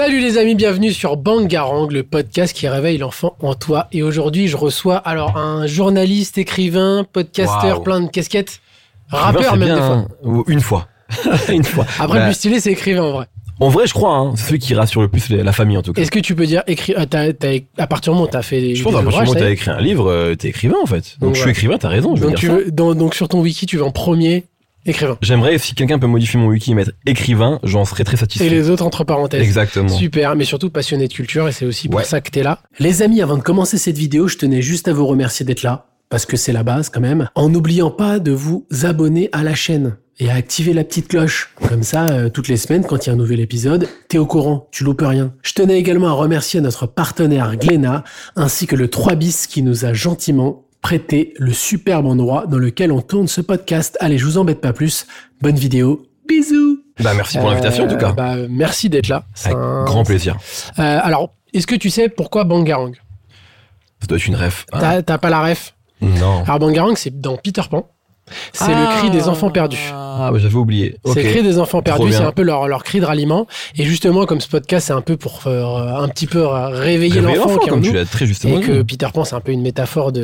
Salut les amis, bienvenue sur Bangarang, le podcast qui réveille l'enfant en toi. Et aujourd'hui, je reçois alors un journaliste, écrivain, podcasteur, plein de casquettes, rappeur même bien, des fois. Une fois. Une fois. Après, le plus stylé, c'est écrivain en vrai. En vrai, je crois, hein, c'est celui qui rassure le plus la famille en tout cas. Est-ce que tu peux dire à partir du moment où t'as fait des Je pense qu'à partir du moment où t'as écrit un livre, t'es écrivain en fait. Donc je suis écrivain, t'as raison, je veux dire ça. Donc sur ton wiki, tu vas en premier écrivain. J'aimerais, si quelqu'un peut modifier mon wiki et mettre écrivain, j'en serais très satisfait. Et les autres entre parenthèses. Exactement. Super, mais surtout passionné de culture et c'est aussi pour ça que t'es là. Les amis, avant de commencer cette vidéo, je tenais juste à vous remercier d'être là, parce que c'est la base quand même, en n'oubliant pas de vous abonner à la chaîne et à activer la petite cloche. Comme ça, toutes les semaines, quand il y a un nouvel épisode, t'es au courant, tu loupes rien. Je tenais également à remercier notre partenaire Glénat, ainsi que le 3bis qui nous a gentiment prêté le superbe endroit dans lequel on tourne ce podcast. Allez, je vous embête pas plus. Bonne vidéo. Bisous. Merci pour l'invitation en tout cas. Merci d'être là. Avec grand plaisir. Alors, est-ce que tu sais pourquoi Bangarang ? Ça doit être une ref. T'as pas la ref ? Non. Alors Bangarang, c'est dans Peter Pan. C'est le cri des enfants perdus. Ah, j'avais oublié. C'est le cri des enfants perdus, c'est un peu leur cri de ralliement. Et justement, comme ce podcast, c'est un peu pour un petit peu réveiller l'enfant qui est en nous. Tu l'as très justement et que Peter Pan, c'est un peu une métaphore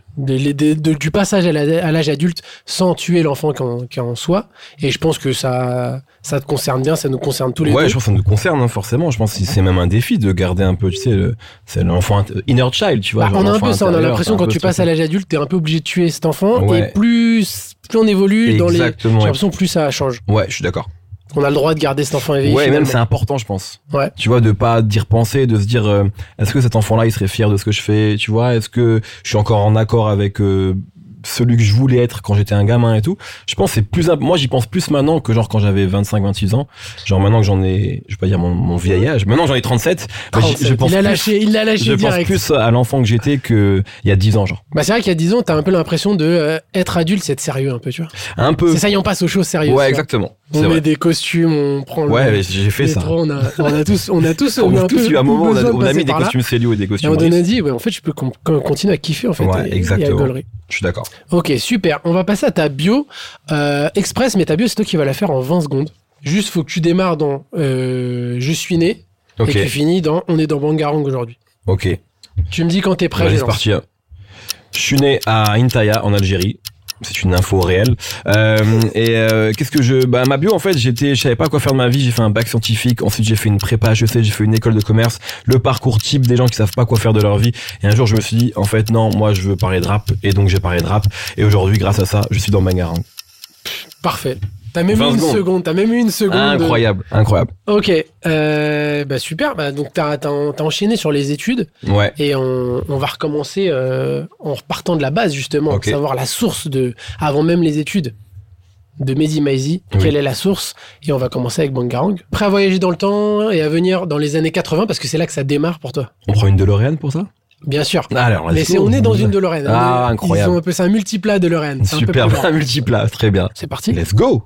du passage à l'âge adulte sans tuer l'enfant qui est en soi. Et je pense que ça te concerne bien, ça nous concerne tous les deux. Ouais, je pense que ça nous concerne, forcément. Je pense que c'est même un défi de garder un peu, tu sais, c'est l'enfant inner child, tu vois. On a un peu ça, on a l'impression quand tu passes à l'âge adulte, t'es un peu obligé de tuer cet enfant. Et plus on évolue j'ai l'impression plus ça change. Ouais, je suis d'accord. On a le droit de garder cet enfant éveillé. Ouais, même c'est important, je pense. Ouais. Tu vois, de pas d'y repenser, de se dire, est-ce que cet enfant-là, il serait fier de ce que je fais, tu vois, est-ce que je suis encore en accord avec celui que je voulais être quand j'étais un gamin et tout. Je pense que c'est plus moi j'y pense plus maintenant que genre quand j'avais 25-26 ans. Genre maintenant que j'en ai, je vais pas dire mon vieil âge. Maintenant j'en ai 37. Je pense il l'a lâché je direct. pense plus à l'enfant que j'étais que il y a 10 ans genre. C'est vrai qu'il y a 10 ans, t'as un peu l'impression de être adulte, c'est être sérieux un peu, tu vois. Un peu. C'est ça, y on passe aux choses sérieuses. Ouais, exactement. On met des costumes, on prend mais j'ai fait ça. On a tous eu un moment on a mis des costumes Célio et des costumes. Et on a dit en fait, je peux continuer à kiffer en fait. Ouais, exactement. Je suis d'accord. Ok, super. On va passer à ta bio express, mais ta bio, c'est toi qui vas la faire en 20 secondes. Juste, faut que tu démarres dans Je suis né et que tu finis dans On est dans Bangarang aujourd'hui. Ok. Tu me dis quand t'es prêt. C'est parti. Je suis né à Intaya, en Algérie. C'est une info réelle. Qu'est-ce que ma bio, en fait, je savais pas quoi faire de ma vie. J'ai fait un bac scientifique. Ensuite, j'ai fait une prépa HEC. J'ai fait une école de commerce. Le parcours type des gens qui savent pas quoi faire de leur vie. Et un jour, je me suis dit, en fait, non, moi, je veux parler de rap. Et donc, j'ai parlé de rap. Et aujourd'hui, grâce à ça, je suis dans Bangarang. Parfait. T'as même eu une seconde. Incroyable. Ok. Super. Donc, t'as enchaîné sur les études. Ouais. Et on va recommencer en repartant de la base, justement. Savoir la source avant même les études de Mehdi Maizi. Oui. Quelle est la source? Et on va commencer avec Bangarang. Prêt à voyager dans le temps et à venir dans les années 80 parce que c'est là que ça démarre pour toi. On prend une DeLorean pour ça? Bien sûr. Alors, mais on est dans une DeLorean. Incroyable. Ils ont appelé ça un multiplat DeLorean. Super, un multiplat, très bien. C'est parti. Let's go.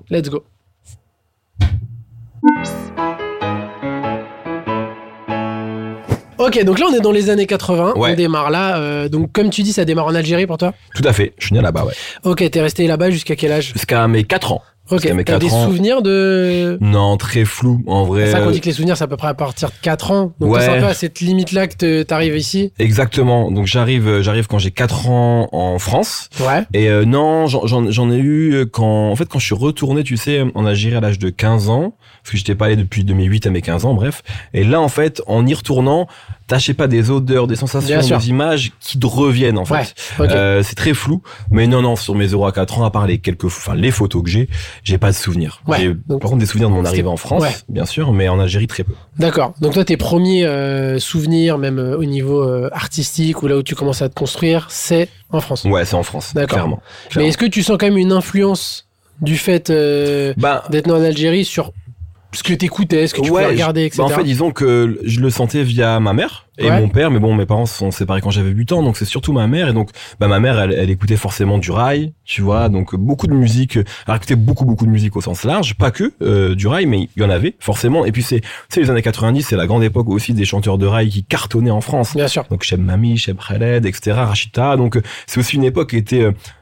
Ok, donc là on est dans les années 80, on démarre là. Donc comme tu dis, ça démarre en Algérie pour toi? Tout à fait, je suis né là-bas, ouais. Ok, t'es resté là-bas jusqu'à quel âge? Jusqu'à mes 4 ans. Ok, t'as des souvenirs de... Non, très flou, en vrai. Ça qu'on dit que les souvenirs, c'est à peu près à partir de 4 ans. Donc c'est un peu à cette limite-là que t'arrives ici. Exactement, donc j'arrive quand j'ai 4 ans en France. Ouais. Et non, j'en ai eu quand je suis retourné, tu sais, en Algérie à l'âge de 15 ans. Parce que j'étais pas allé depuis 2008 à mes 15 ans, bref. Et là, en fait, en y retournant, t'as, je sais pas, des odeurs, des sensations, des images qui te reviennent, en fait. Ouais, c'est très flou. Mais non, sur mes 0 à 4 ans, à part les photos que j'ai pas de souvenirs. Ouais, j'ai par contre des souvenirs de mon arrivée en France, bien sûr, mais en Algérie, très peu. D'accord. Donc toi, tes premiers souvenirs, même au niveau artistique, ou là où tu commences à te construire, c'est en France. Ouais, c'est en France, clairement. Mais est-ce que tu sens quand même une influence du fait d'être né en Algérie sur ce que t'écoutais, ce que tu pouvais regarder, etc. En fait, disons que je le sentais via ma mère et mon père, mais bon, mes parents se sont séparés quand j'avais 8 ans, donc c'est surtout ma mère. Et donc, ma mère, elle écoutait forcément du rail, tu vois, donc beaucoup de musique. Elle écoutait beaucoup de musique au sens large, pas que du rail, mais il y en avait forcément. Et puis c'est les années 90, c'est la grande époque aussi des chanteurs de rail qui cartonnaient en France. Bien sûr. Donc Cheb Mami, Cheb Khaled, etc., Rachita. Donc c'est aussi une époque qui était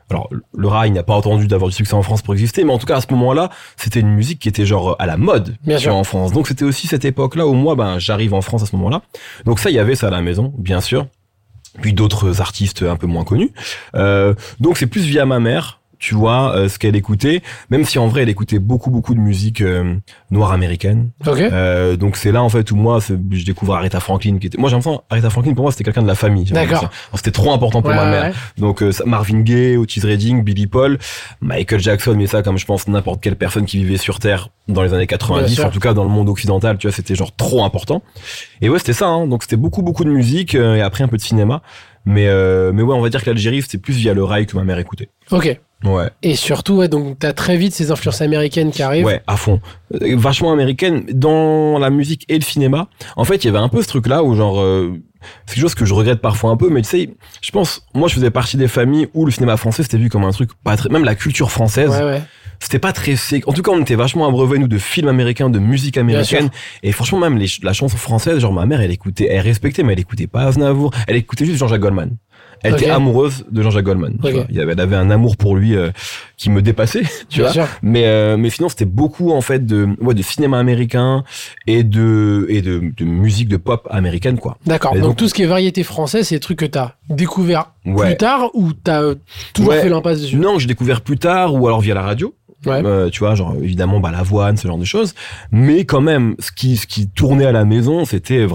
Alors, le rail n'a pas attendu d'avoir du succès en France pour exister, mais en tout cas, à ce moment-là, c'était une musique qui était genre à la mode en France. Donc, c'était aussi cette époque-là où moi, j'arrive en France à ce moment-là. Donc ça, il y avait ça à la maison, bien sûr. Puis d'autres artistes un peu moins connus. Donc, c'est plus via ma mère, tu vois, ce qu'elle écoutait, même si en vrai elle écoutait beaucoup de musique noire américaine. Donc c'est là en fait où moi je découvre Aretha Franklin qui était, moi j'ai l'impression Aretha Franklin pour moi c'était quelqu'un de la famille. D'accord. C'était trop important pour ma mère. Donc Marvin Gaye, Otis Redding, Billy Paul, Michael Jackson, mais ça comme je pense n'importe quelle personne qui vivait sur Terre dans les années 90, en tout cas dans le monde occidental, tu vois, c'était genre trop important. Et ouais, c'était ça, hein. Donc c'était beaucoup de musique et après un peu de cinéma. Mais ouais, on va dire que l'Algérie c'était plus via le rail que ma mère écoutait. Ok. Ouais. Et surtout, ouais, donc t'as très vite ces influences américaines qui arrivent. Ouais, à fond. Vachement américaine dans la musique et le cinéma. En fait, il y avait un peu ce truc-là où genre, c'est quelque chose que je regrette parfois un peu, mais tu sais, je pense, moi, je faisais partie des familles où le cinéma français c'était vu comme un truc pas très, même la culture française. Ouais. C'était pas très, en tout cas, on était vachement abreuvés, nous, de films américains, de musique américaine. Et franchement, même la chanson française, genre, ma mère, elle respectait, mais elle écoutait pas Aznavour. Elle écoutait juste Jean-Jacques Goldman. Elle était amoureuse de Jean-Jacques Goldman. Tu vois. Elle avait un amour pour lui qui me dépassait, tu vois. Mais sinon c'était beaucoup en fait de cinéma américain et de musique de pop américaine quoi. D'accord. Donc tout ce qui est variété française, c'est des trucs que t'as découvert plus tard ou t'as toujours fait l'impasse dessus? Non, j'ai découvert plus tard ou alors via la radio. Tu vois, genre évidemment l'avoine, ce genre de choses. Mais quand même, ce qui tournait à la maison, c'était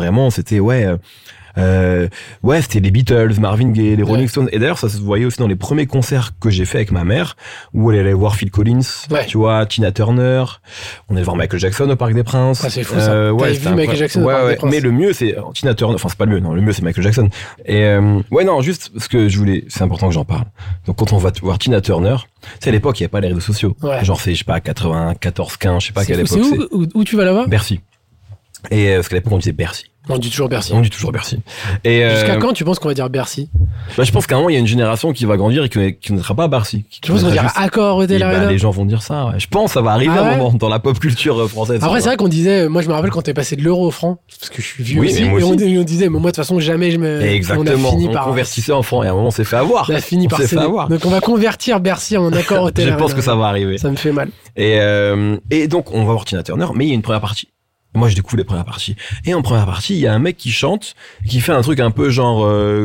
c'était les Beatles, Marvin Gaye, les Rolling Stones. Et d'ailleurs, ça se voyait aussi dans les premiers concerts que j'ai fait avec ma mère, où elle allait voir Phil Collins, tu vois, Tina Turner. On allait voir Michael Jackson au Parc des Princes. C'est fou ça. T'avais vu Michael Jackson au Parc des Princes. Mais le mieux, c'est Tina Turner. Enfin, c'est pas le mieux, non. Le mieux, c'est Michael Jackson. Et juste ce que je voulais, c'est important que j'en parle. Donc, quand on va voir Tina Turner, c'est à l'époque, il n'y avait pas les réseaux sociaux. Genre, c'est, je sais pas, 94, 15, je sais pas quelle époque c'est. Où tu vas là-bas? Bercy. Et parce qu'à l'époque, on disait Bercy. On dit toujours Bercy. Et jusqu'à quand tu penses qu'on va dire Bercy? Je pense qu'à un moment, il y a une génération qui va grandir et qui ne sera pas à Bercy. Tu penses qu'on va dire Accor Hotel Arena? Les gens vont dire ça, ouais. Je pense que ça va arriver à un moment dans la pop culture française. Après, c'est vrai qu'on disait, moi je me rappelle quand t'es passé de l'euro au franc, parce que je suis vieux aussi, et on disait, mais moi de toute façon, jamais je me... Exactement, on convertissait en franc et à un moment, on s'est fait avoir. On a fini par céder. Donc on va convertir Bercy en Accor Hotel Arena. Je pense que ça va arriver. Ça me fait mal. Et donc, on va voir Tina Turner, mais il y a une première partie. Moi, je découvre les premières parties. Et en première partie, il y a un mec qui chante, qui fait un truc un peu genre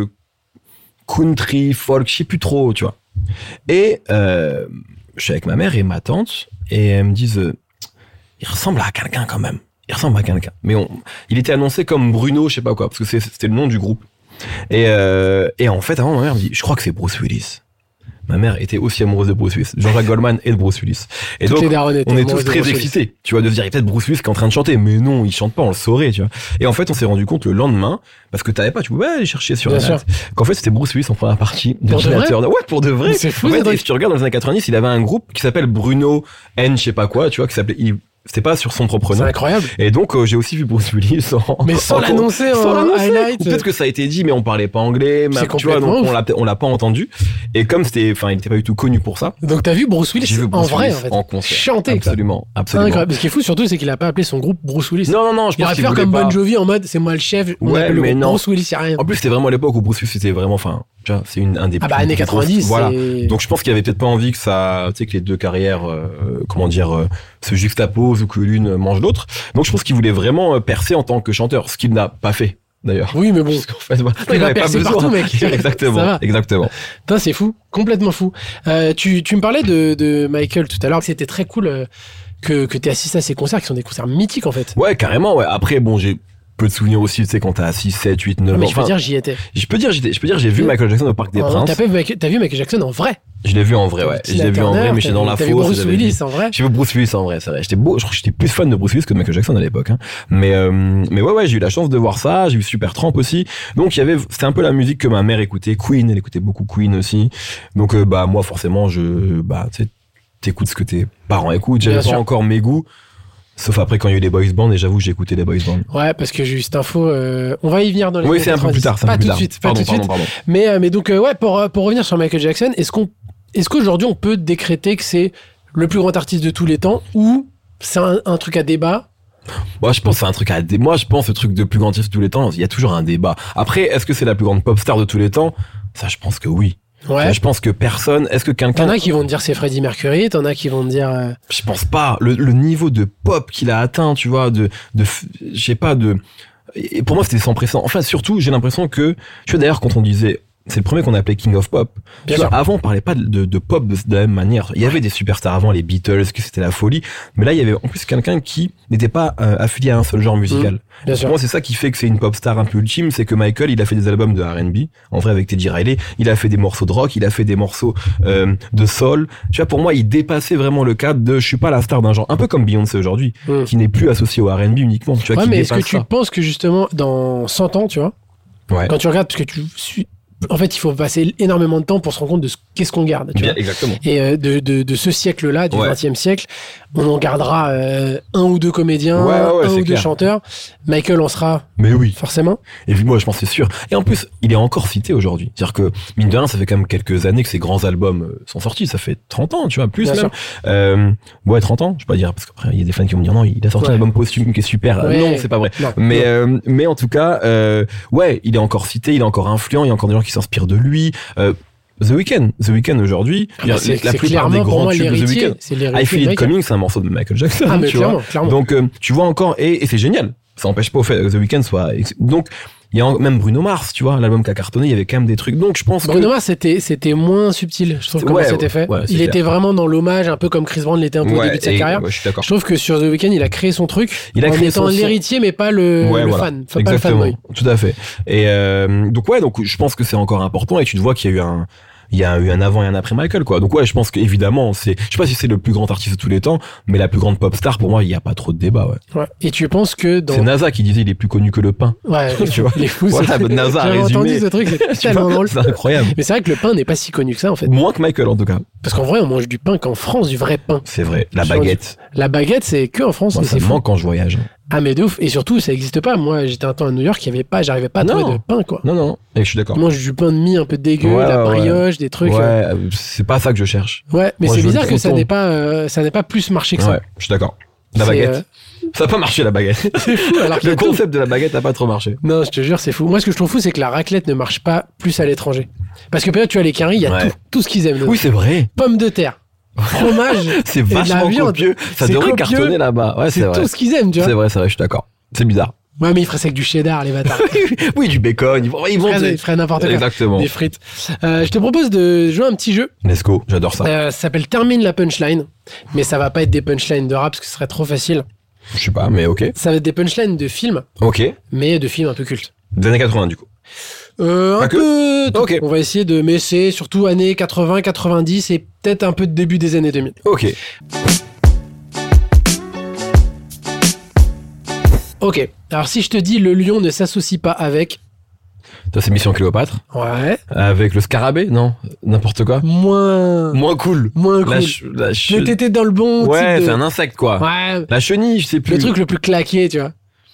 country, folk, je sais plus trop, tu vois. Et je suis avec ma mère et ma tante, et elles me disent, il ressemble à quelqu'un quand même. Il ressemble à quelqu'un. Mais il était annoncé comme Bruno, je sais pas quoi, parce que c'était le nom du groupe. Et en fait, avant, ma mère me dit, je crois que c'est Bruce Willis. Ma mère était aussi amoureuse de Bruce Willis, Jean-Jacques Goldman et de Bruce Willis. Et donc, on est tous très excités, tu vois, de se dire, il y a peut-être Bruce Willis qui est en train de chanter, mais non, il chante pas, on le saurait, tu vois. Et en fait, on s'est rendu compte le lendemain, parce que tu pouvais aller chercher sur Internet, qu'en fait, c'était Bruce Willis en première partie de Tina Turner. Ouais, pour de vrai. C'est fou, en fait, si tu regardes dans les années 90, il avait un groupe qui s'appelle Bruno N, je sais pas quoi, tu vois, qui s'appelait c'était pas sur son propre nom. C'est incroyable. Et donc, j'ai aussi vu Bruce Willis sans l'annoncer en highlight. Peut-être que ça a été dit, mais on parlait pas anglais, tu vois, donc on l'a pas entendu. Et comme il était pas du tout connu pour ça. Donc t'as vu Bruce Willis en vrai, en fait. En concert. Chanter. Absolument. Incroyable. Ce qui est fou surtout, c'est qu'il a pas appelé son groupe Bruce Willis. Non, je pense qu'il voulait faire comme Bon Jovi en mode, c'est moi le chef, on appelle le groupe Bruce Willis, y a rien. En plus, c'était vraiment à l'époque où Bruce Willis c'était vraiment, c'est un des années 90. Voilà. Donc je pense qu'il avait peut-être pas envie que ça, tu sais, que les deux carrières, se juxtaposent ou que l'une mange l'autre. Donc je pense qu'il voulait vraiment percer en tant que chanteur, ce qu'il n'a pas fait d'ailleurs. Oui, mais bon. Parce qu'en fait, il avait pas besoin. Partout, mec. Exactement. Putain, c'est fou, complètement fou. Tu me parlais de Michael tout à l'heure. C'était très cool que t'aies assisté à ces concerts qui sont des concerts mythiques en fait. Ouais, carrément. Ouais. Après, bon, j'ai peu de souvenirs aussi, tu sais, quand t'as 6, 7, 8, 9 ans. Mais je peux dire, j'y étais. Je peux dire, j'ai vu Michael Jackson au Parc des Princes. T'as vu Michael Jackson en vrai? Je l'ai vu en vrai, ouais. Je l'ai vu en vrai, mais j'étais dans la fosse. Bruce Willis en vrai? J'ai vu Bruce Willis en vrai, c'est vrai. Je crois que j'étais plus fan de Bruce Willis que de Michael Jackson à l'époque, hein. Mais ouais, j'ai eu la chance de voir ça. J'ai vu Supertramp aussi. Donc c'était un peu la musique que ma mère écoutait. Queen, elle écoutait beaucoup Queen aussi. Donc, moi, forcément, tu sais, t'écoutes ce que tes parents écoutent. J'avais pas encore mes goûts. Sauf après quand il y a eu les boys bands, et j'avoue que j'ai écouté les boys bands. Ouais, parce que juste info, on va y venir dans les. Oui, c'est un peu plus tard. Pas tout de suite. Pardon. Mais donc pour revenir sur Michael Jackson, est-ce qu'aujourd'hui on peut décréter que c'est le plus grand artiste de tous les temps ou c'est un truc à débat? Moi, je pense que c'est un truc moi, je pense le truc de plus grand artiste de tous les temps. Il y a toujours un débat. Après, est-ce que c'est la plus grande pop star de tous les temps? Ça, je pense que oui. Ouais. Je pense que personne. Est-ce que quelqu'un. T'en as qui vont te dire c'est Freddie Mercury, t'en as qui vont te dire. Je pense pas. Le niveau de pop qu'il a atteint, tu vois, je sais pas, et pour moi, c'était sans précédent. Enfin, surtout, j'ai l'impression que, tu vois, d'ailleurs, quand on disait, c'est le premier qu'on appelait King of Pop. Tu vois, avant, on parlait pas de pop de la même manière. Il y avait des superstars avant, les Beatles, que c'était la folie. Mais là, il y avait en plus quelqu'un qui n'était pas affilié à un seul genre musical. Pour moi, c'est ça qui fait que c'est une pop star un peu ultime, c'est que Michael, il a fait des albums de R&B, en vrai, avec Teddy Riley. Il a fait des morceaux de rock, il a fait des morceaux de soul. Tu vois, pour moi, il dépassait vraiment le cadre de je suis pas la star d'un genre. Un peu comme Beyoncé aujourd'hui, qui n'est plus associé au R&B uniquement. Tu vois, ouais, mais est-ce que tu penses que justement, dans 100 ans, tu vois, quand tu regardes, parce que en fait, il faut passer énormément de temps pour se rendre compte de qu'est-ce qu'on garde. Tu vois. Exactement. Et de ce siècle-là, du XXe siècle, on en gardera un ou deux comédiens, un ou deux chanteurs. Michael en sera. Mais oui. Forcément. Et puis moi, je pense que c'est sûr. Et en plus, il est encore cité aujourd'hui. C'est-à-dire que, mine de rien, ça fait quand même quelques années que ces grands albums sont sortis. Ça fait 30 ans, tu vois, plus bien même. Ouais, 30 ans, je peux pas dire, parce qu'après, il y a des fans qui vont me dire non, il a sorti un album posthume qui est super. Non, c'est pas vrai. Non. Mais en tout cas, ouais, il est encore cité, il est encore influent, il y a encore des gens qui s'inspirent de lui. The Weeknd aujourd'hui, la plupart des grands tubes de The Weeknd. I Feel It Coming, c'est un morceau de Michael Jackson. Ah, mais tu clairement. Donc, tu vois encore, et c'est génial. Ça n'empêche pas au fait que The Weeknd soit, donc, il y a même Bruno Mars, tu vois, l'album qui a cartonné, il y avait quand même des trucs. Donc, je pense Bruno Mars, c'était moins subtil, je trouve, comment c'était fait. Il était vraiment dans l'hommage, un peu comme Chris Brown l'était un peu au début de sa carrière. Je suis d'accord. Je trouve que sur The Weeknd, il a créé son truc. Il a créé étant l'héritier, mais pas le fan. Enfin, pas le fanboy. Tout à fait. Et, donc, je pense que c'est encore important et tu te vois qu'il y a eu un avant et un après Michael, quoi. Donc ouais, je pense qu'évidemment, je sais pas si c'est le plus grand artiste de tous les temps, mais la plus grande pop star, pour moi, il y a pas trop de débat, ouais. Et tu penses que c'est NASA qui disait il est plus connu que le pain. Ouais. Tu vois. Les fous. Voilà, NASA a résumé. J'ai entendu ce truc, c'est tellement drôle. C'est incroyable. Mais c'est vrai que le pain n'est pas si connu que ça, en fait. Moins que Michael, en tout cas. Parce qu'en vrai, on mange du pain qu'en France, du vrai pain. C'est vrai. La baguette. La baguette, c'est que en France. Moi, ça me manque quand je voyage. Ah, mais de ouf. Et surtout, ça n'existe pas. Moi, j'étais un temps à New York, j'arrivais pas à trouver de pain, quoi. Non. Et je suis d'accord. Je mange du pain de mie un peu dégueu, de la brioche, des trucs. Ouais, c'est pas ça que je cherche. Ouais, mais c'est bizarre que ça n'ait pas plus marché que ça. Ouais, je suis d'accord. La baguette. Ça n'a pas marché, la baguette. C'est fou. Alors que le concept de la baguette n'a pas trop marché. Non, je te jure, c'est fou. Moi, ce que je trouve fou, c'est que la raclette ne marche pas plus à l'étranger. Parce que peut-être, tu as les Quinry, il y a tout ce qu'ils aiment. Oui, c'est vrai. Pommes de terre. Fromage. C'est vachement copieux. Ça devrait cartonner là-bas. Ouais, c'est vrai. C'est tout ce qu'ils aiment, tu vois. C'est vrai, je suis d'accord. C'est bizarre. Ouais, mais ils feraient ça avec du cheddar, les bâtards. Oui, du bacon. Ils feraient n'importe quoi. Exactement. Des frites. Je te propose de jouer un petit jeu. Let's go. J'adore ça. Ça s'appelle Termine la punchline. Mais ça va pas être des punchlines de rap parce que ce serait trop facile. Je sais pas, mais ok. Ça va être des punchlines de films. Ok. Mais de films un peu cultes. Des années 80, du coup. Un peu. Ok. On va essayer de. Mais c'est surtout années 80, 90 et peut-être un peu de début des années 2000. Ok. Ok. Alors si je te dis le lion ne s'associe pas avec. Toi, c'est Mission Cléopâtre. Ouais. Avec le scarabée, non? N'importe quoi. Moins cool. Mais t'étais dans le bon. Ouais, c'est un insecte, quoi. Ouais. La chenille, je sais plus. Le truc le plus claqué, tu vois.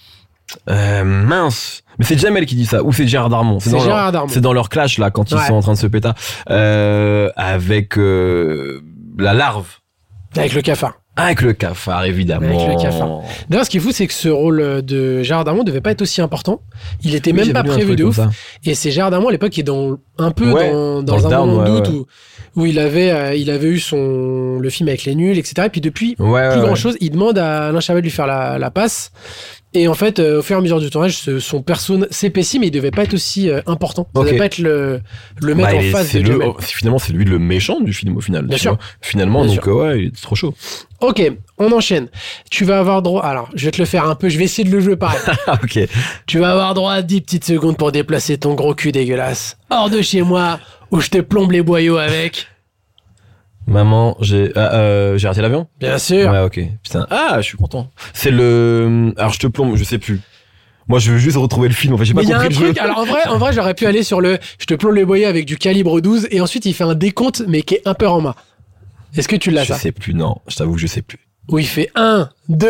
Mince. Mais c'est Jamel qui dit ça, ou c'est Gérard Darmon. C'est Gérard Darmon. C'est dans leur clash, là, quand ils sont en train de se péter. Avec la larve. Avec le cafard. Avec le cafard, évidemment. Avec le cafard. D'ailleurs, ce qui est fou, c'est que ce rôle de Gérard Darmon devait pas être aussi important. Il était même pas prévu de ouf. Et c'est Gérard Darmon, à l'époque, qui est dans un monde doute où il avait eu le film avec les nuls, etc. Et puis depuis, plus grand chose, il demande à Alain Chabat de lui faire la passe. Et en fait, au fur et à mesure du tournage, son perso s'épaissit, mais il devait pas être aussi important. Ça devait pas être le mettre en face de Jamel. Finalement, c'est lui le méchant du film, au final. Bien sûr. Finalement, donc, il est trop chaud. Ok, on enchaîne. Tu vas avoir droit... Alors, je vais te le faire un peu, je vais essayer de le jouer pareil. Ok. Tu vas avoir droit à 10 petites secondes pour déplacer ton gros cul dégueulasse. Hors de chez moi, où je te plombe les boyaux avec... Maman, j'ai raté l'avion? Bien sûr. Ouais, ok. Putain. Ah, je suis content. C'est le... Alors, je te plombe, je sais plus. Moi, je veux juste retrouver le film. En fait, j'ai pas compris le jeu. Alors, en vrai, j'aurais pu aller sur je te plombe les boyaux avec du calibre 12 et ensuite, il fait un décompte, mais qui est un peu en bas. Est-ce que tu l'as, ça? Je sais plus, non. Je t'avoue que je sais plus. Où il fait 1, 2,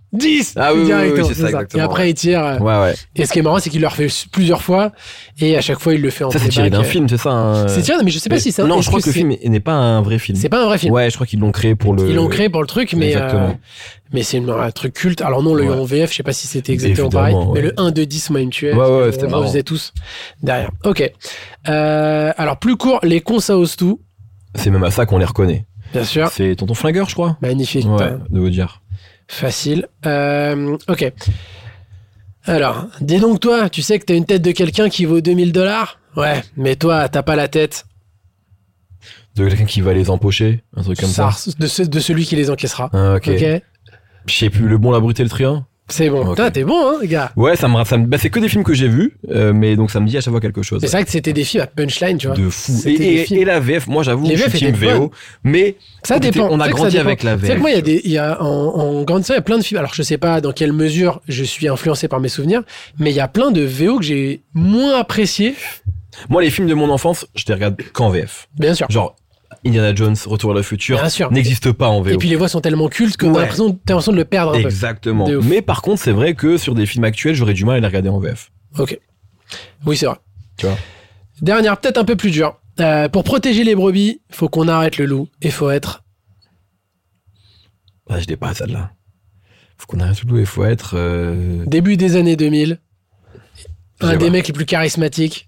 10 Ah oui, directement, c'est ça, exactement. Et après, il tire. Ouais. Et ce qui est marrant, c'est qu'il le refait plusieurs fois. Et à chaque fois, il le fait en Ça, c'est tiré d'un film, c'est ça hein C'est tiré, mais je sais pas si ça. Non, je crois que le film n'est pas un vrai film. C'est pas un vrai film. Ouais, je crois qu'ils l'ont créé pour le. Ils l'ont créé pour le truc, mais. Exactement. Mais c'est un truc culte. Alors non, le en VF, je sais pas si c'était exactement pareil. Ouais. Mais le 1 de 10, moi, il me tuait. Ouais, c'était marrant. On faisait tous derrière. Ok. Alors, plus court, les cons, ça ose tout. C'est même à ça qu'on les reconnaît. Bien sûr. C'est Tonton Flingueur, je crois. Magnifique. Ouais, de vous dire. Facile. Ok. Alors, dis donc toi, tu sais que t'as une tête de quelqu'un qui vaut $2000 ? Ouais, mais toi, t'as pas la tête. De quelqu'un qui va les empocher, un truc comme ça. De celui qui les encaissera. Ah, ok. Je sais plus, le bon, la brute et le truand. C'est bon. Okay. T'es bon, hein, gars. Ouais, c'est que des films que j'ai vus, mais donc ça me dit à chaque fois quelque chose. C'est vrai que c'était des films à punchline, tu vois. De fou. Et la VF, moi j'avoue, je suis team VO, mais ça dépend. On a grandi avec la VF. C'est que moi, en grandissant, il y a plein de films. Alors je sais pas dans quelle mesure je suis influencé par mes souvenirs, mais il y a plein de VO que j'ai moins apprécié. Moi, les films de mon enfance, je les regarde qu'en VF. Bien sûr. Genre, Indiana Jones, Retour à le futur, n'existe pas en VO. Et puis les voix sont tellement cultes que t'as l'impression de le perdre un peu. Exactement. Mais par contre, c'est vrai que sur des films actuels, j'aurais du mal à les regarder en VF. Ok. Oui, c'est vrai. Tu vois. Dernière, peut-être un peu plus dure. Pour protéger les brebis, faut qu'on arrête le loup et faut être... Ah, je l'ai pas, celle-là. Faut qu'on arrête le loup et faut être... Début des années 2000. Un des mecs les plus charismatiques.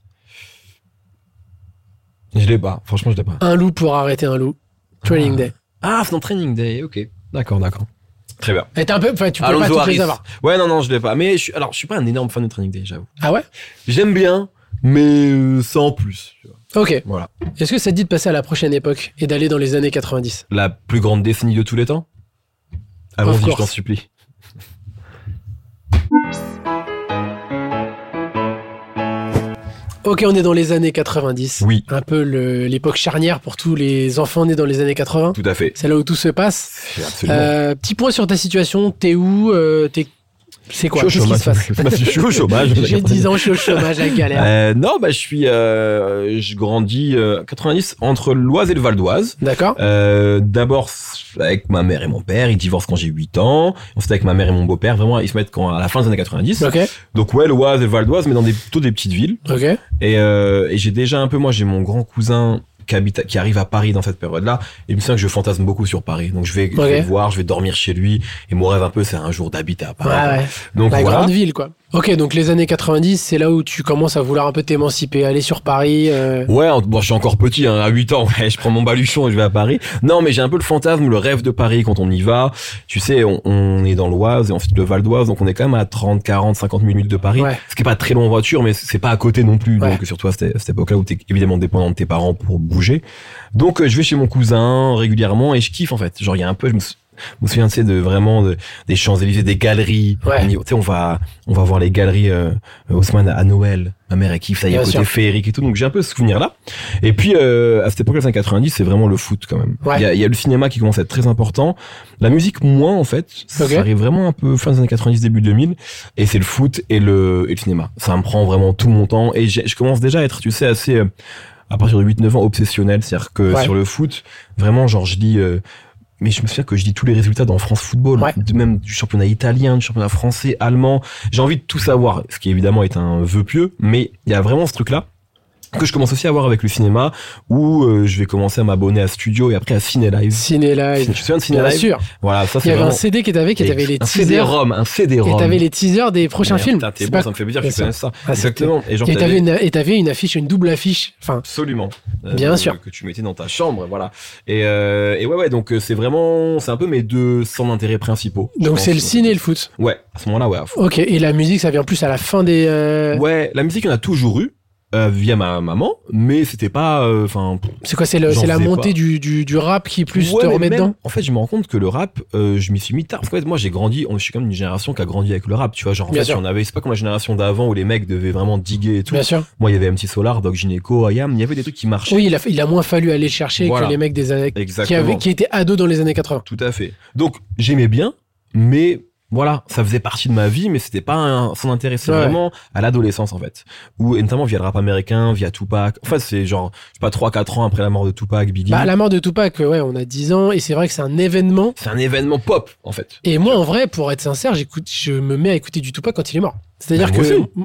Je l'ai pas, franchement je l'ai pas. Un loup pour arrêter un loup. Training Day. Ah, c'est dans Training Day, ok. D'accord. Très bien. Et t'es un peu, tu peux pas toutes les avoir. Ouais, non, je l'ai pas. Mais je suis pas un énorme fan de Training Day, j'avoue. Ah ouais? J'aime bien, mais sans plus. Tu vois. Ok. Voilà. Est-ce que ça te dit de passer à la prochaine époque et d'aller dans les années 90? La plus grande décennie de tous les temps? Allons-y, je t'en supplie. Ok, on est dans les années 90. Oui. Un peu l'époque charnière pour tous les enfants nés dans les années 80. Tout à fait. C'est là où tout se passe. Absolument. Petit point sur ta situation. T'es où? C'est quoi? Qu'est-ce qui se passe? Je suis au chômage. J'ai 10 ans, je suis au chômage, à galère. Non, je grandis 90 entre l'Oise et le Val d'Oise. D'accord. D'abord avec ma mère et mon père, ils divorcent quand j'ai 8 ans. Ensuite avec ma mère et mon beau-père, vraiment ils se mettent à la fin des années 90. Ok. Donc ouais, l'Oise et le Val d'Oise, mais dans plutôt des petites villes. Ok. Et j'ai déjà un peu, moi j'ai mon grand cousin qui arrive à Paris dans cette période-là, et il me semble que je fantasme beaucoup sur Paris. Donc je vais le voir, je vais dormir chez lui, et mon rêve un peu, c'est un jour d'habiter à Paris. Ouais. Donc la voilà. grande ville, quoi. Ok, donc les années 90, c'est là où tu commences à vouloir un peu t'émanciper, aller sur Paris. Ouais, bon, je suis encore petit, hein, à 8 ans, ouais, je prends mon baluchon et je vais à Paris. Non, mais j'ai un peu le fantasme, le rêve de Paris quand on y va. Tu sais, on est dans l'Oise et ensuite le Val d'Oise, donc on est quand même à 30, 40, 50 minutes de Paris. Ouais. Ce qui est pas très long en voiture, mais c'est pas à côté non plus. Ouais. Donc surtout à cette époque-là où t'es évidemment dépendant de tes parents pour bouger. Donc je vais chez mon cousin régulièrement et je kiffe en fait. Genre il y a un peu, je me souviens, tu sais, des Champs-Élysées, des galeries. Ouais. Tu sais, on va voir les galeries Haussmann à Noël. Ma mère, elle kiffe ça, il y a côté féerique et tout. Donc, j'ai un peu ce souvenir-là. Et puis, à cette époque, les années 90, c'est vraiment le foot, quand même. Ouais. Il y a le cinéma qui commence à être très important. La musique, moins, en fait. Ça arrive vraiment un peu fin des années 90, début 2000. Et c'est le foot et le cinéma. Ça me prend vraiment tout mon temps. Et je commence déjà à être, tu sais, assez, à partir de 8-9 ans, obsessionnel. C'est-à-dire que sur le foot, vraiment, genre, je lis, mais je me souviens que je dis tous les résultats dans France Football, même du championnat italien, du championnat français, allemand. J'ai envie de tout savoir, ce qui évidemment est un vœu pieux, mais il y a vraiment ce truc-là que je commence aussi à voir avec le cinéma, où je vais commencer à m'abonner à Studio et après à Ciné-Live. Ciné-Live. Tu te souviens de Ciné-Live? Bien sûr. Voilà, ça c'est Il y avait vraiment... un CD qui t'avait les teasers. Un CD-ROM. Et t'avais les teasers des prochains films. Putain, t'es bon, ça me fait plaisir que tu connaisses ça. Ah, exactement. Et t'avais une affiche, une double affiche. Enfin. Absolument. Bien sûr. Que tu mettais dans ta chambre, voilà. Et ouais, donc c'est un peu mes deux centres d'intérêt principaux. Donc c'est le ciné et le foot. Ouais, à ce moment-là, ouais. Ok, et la musique, ça vient plus à la fin des... Ouais, la musique, on a toujours eu. Via ma maman, mais c'était pas, c'est quoi, c'est la montée du rap qui plus te remet dedans? En fait, je me rends compte que le rap, je m'y suis mis tard. En fait, moi, je suis quand même une génération qui a grandi avec le rap, tu vois. Genre, en fait, c'est pas comme la génération d'avant où les mecs devaient vraiment diguer et tout. Bien sûr. Moi, il y avait MC Solar, Doc Gynéco, IAM, il y avait des trucs qui marchaient. Oui, il a moins fallu aller chercher que les mecs qui étaient ados dans les années 80. Tout à fait. Donc, j'aimais bien, mais voilà, ça faisait partie de ma vie, mais c'était pas son intérêt. C'est vraiment à l'adolescence, en fait. Ou, et notamment via le rap américain, via Tupac. En fait, c'est genre, je sais pas, 3-4 ans après la mort de Tupac, Biggie. Bah, la mort de Tupac, on a 10 ans, et c'est vrai que c'est un événement. C'est un événement pop, en fait. Et moi, en vrai, pour être sincère, je me mets à écouter du Tupac quand il est mort. C'est-à-dire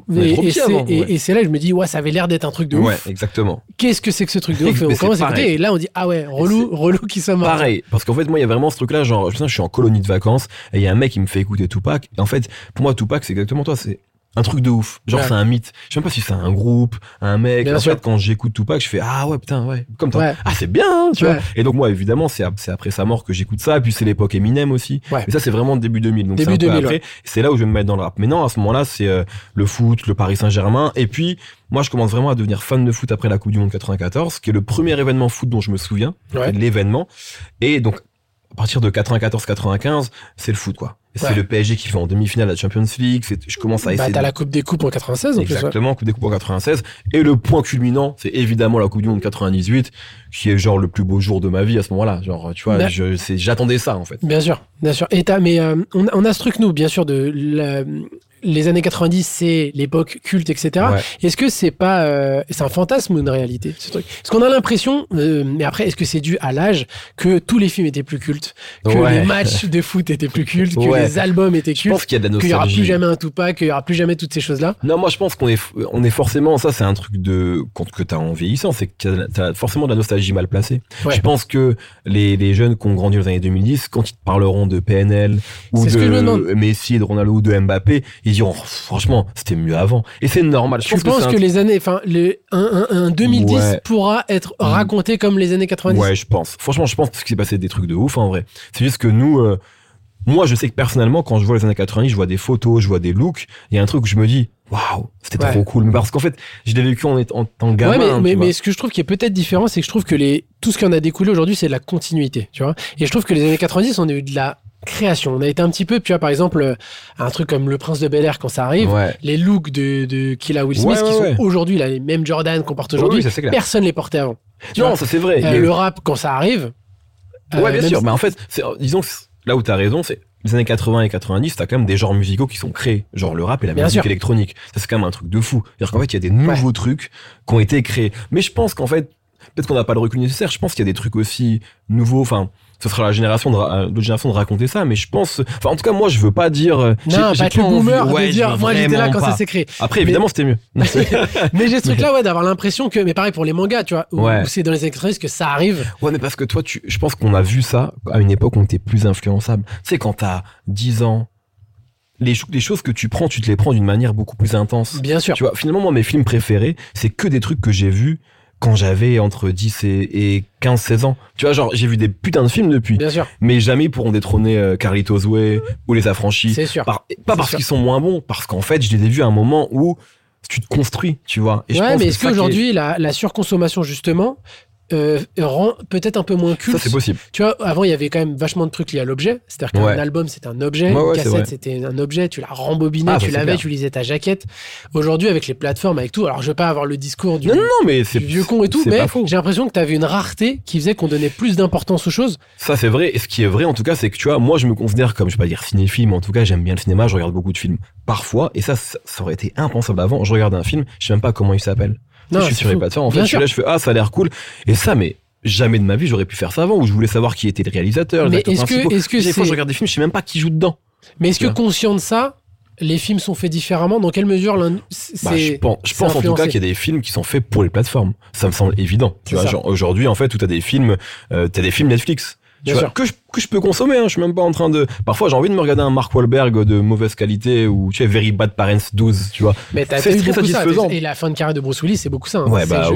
et c'est là que je me dis, ça avait l'air d'être un truc de ouf. Ouais, exactement. Qu'est-ce que c'est que ce truc de ouf? Et on commence à écouter, et là, on dit, relou qui soit mort. Pareil. Parce qu'en fait, moi, il y a vraiment ce truc-là, genre, je suis en colonie de vacances, et il y a un mec qui me fait écouter Tupac. Et en fait, pour moi, Tupac, c'est exactement toi, c'est un truc de ouf. Genre, c'est un mythe. Je sais même pas si c'est un groupe, un mec. Bien sûr. Fait, quand j'écoute Tupac, je fais, comme toi. Ah, c'est bien, hein, tu vois. Et donc, moi, évidemment, c'est après sa mort que j'écoute ça. Et puis, c'est l'époque Eminem aussi. Et ça, c'est vraiment début 2000. Donc, début c'est un 2000, peu après. C'est là où je vais me mettre dans le rap. Mais non, à ce moment-là, c'est le foot, le Paris Saint-Germain. Et puis, moi, je commence vraiment à devenir fan de foot après la Coupe du Monde 94, qui est le premier événement foot dont je me souviens. L'événement. Et donc, à partir de 94-95, c'est le foot, quoi. C'est le PSG qui fait en demi-finale la Champions League. Je commence à essayer. T'as la Coupe des Coupes en 96, en plus. Exactement, Coupe des Coupes en 96. Et le point culminant, c'est évidemment la Coupe du Monde 98, qui est genre le plus beau jour de ma vie à ce moment-là. Genre, tu vois, j'attendais ça, en fait. Bien sûr. Et on a ce truc, nous, bien sûr, les années 90, c'est l'époque culte, etc. Est-ce que c'est pas, c'est un fantasme ou une réalité, ce truc? Parce qu'on a l'impression, mais après, est-ce que c'est dû à l'âge, que tous les films étaient plus cultes, que les matchs de foot étaient plus cultes, que les albums étaient cultes, je pense qu'il y a de la nostalgie, qu'il y aura plus jamais un Tupac, qu'il y aura plus jamais toutes ces choses-là? Non, moi, je pense qu'on est forcément, ça, c'est un truc que t'as en vieillissant, c'est que t'as forcément de la nostalgie mal placée. Je pense que les jeunes qui ont grandi dans les années 2010, quand ils te parleront de PNL, ou de Messi et de Ronaldo, ou de Mbappé, ils diront, franchement, c'était mieux avant. Et c'est normal. Je pense que les années, un 2010 pourra être raconté comme les années 90. Ouais, je pense. Franchement, je pense qu'il s'est passé des trucs de ouf, en vrai. C'est juste que nous, moi, je sais que personnellement, quand je vois les années 90, je vois des photos, je vois des looks, il y a un truc où je me dis, waouh, c'était trop cool. Mais parce qu'en fait, je l'ai vécu en tant que gamin. Mais ce que je trouve qui est peut-être différent, c'est que je trouve que tout ce qui en a découlé aujourd'hui, c'est de la continuité, tu vois. Et je trouve que les années 90, on a eu de la création. On a été un petit peu, tu vois, par exemple, un truc comme Le Prince de Bel-Air quand ça arrive, les looks de Killa Will Smith qui sont aujourd'hui, là, les mêmes Jordan qu'on porte aujourd'hui, personne les portait avant. Non, ça c'est vrai. Le rap, quand ça arrive. Bien sûr, mais en fait, disons que là où t'as raison, c'est les années 80 et 90, t'as quand même des genres musicaux qui sont créés, genre le rap et la musique électronique. Ça, c'est quand même un truc de fou. C'est-à-dire qu'en fait, il y a des nouveaux trucs qui ont été créés. Mais je pense qu'en fait, peut-être qu'on n'a pas le recul nécessaire. Je pense qu'il y a des trucs aussi nouveaux, ce sera la génération de raconter ça, mais je pense, en tout cas, moi, je veux pas dire, non, pas être le boomer, de dire, moi, j'étais là quand ça s'est créé. Après, évidemment, c'était mieux. Mais j'ai ce truc-là, d'avoir l'impression que, mais pareil pour les mangas, tu vois, où c'est dans les années 90 que ça arrive. Ouais, mais parce que toi, je pense qu'on a vu ça à une époque où on était plus influençable. Tu sais, quand t'as 10 ans, les choses que tu prends, tu te les prends d'une manière beaucoup plus intense. Bien sûr. Tu vois, finalement, moi, mes films préférés, c'est que des trucs que j'ai vus quand j'avais entre 10 et 15-16 ans. Tu vois, genre, j'ai vu des putains de films depuis. Bien sûr. Mais jamais ils pourront détrôner Carlitos Way ou Les Affranchis. C'est sûr. Pas parce qu'ils sont moins bons, parce qu'en fait, je les ai vus à un moment où tu te construis, tu vois. Et mais est-ce qu'aujourd'hui, la surconsommation, justement, rend peut-être un peu moins culte. Ça, c'est possible. Tu vois, avant, il y avait quand même vachement de trucs liés à l'objet. C'est-à-dire qu'un album, c'était un objet. Une cassette, c'était un objet. Tu l'as rembobiné, tu l'avais, tu lisais ta jaquette. Aujourd'hui, avec les plateformes, avec tout. Alors, je veux pas avoir le discours du vieux con et tout, mais j'ai l'impression que tu avais une rareté qui faisait qu'on donnait plus d'importance aux choses. Ça, c'est vrai. Et ce qui est vrai, en tout cas, c'est que tu vois, moi, je me considère comme, je vais pas dire cinéphile, mais en tout cas, j'aime bien le cinéma. Je regarde beaucoup de films. Parfois, et ça aurait été impensable avant, je regarde un film, je sais même pas comment il s'appelle. Non, je suis sur les plateformes, en fait, je suis là, je fais, ça a l'air cool. Et ça, mais jamais de ma vie, j'aurais pu faire ça avant, où je voulais savoir qui était le réalisateur, les acteurs principaux. Des fois, je regarde des films, je sais même pas qui joue dedans. Mais est-ce que conscient de ça, les films sont faits différemment? Dans quelle mesure je pense en tout cas qu'il y a des films qui sont faits pour les plateformes. Ça me semble évident. Tu vois, genre, aujourd'hui, en fait, où t'as des films Netflix. Tu vois, que je peux consommer, je suis même pas en train de... Parfois, j'ai envie de me regarder un Mark Wahlberg de mauvaise qualité ou, tu sais, Very Bad Parents 12, tu vois. Mais c'est très satisfaisant. Et la fin de carrière de Bruce Willis, c'est beaucoup ça.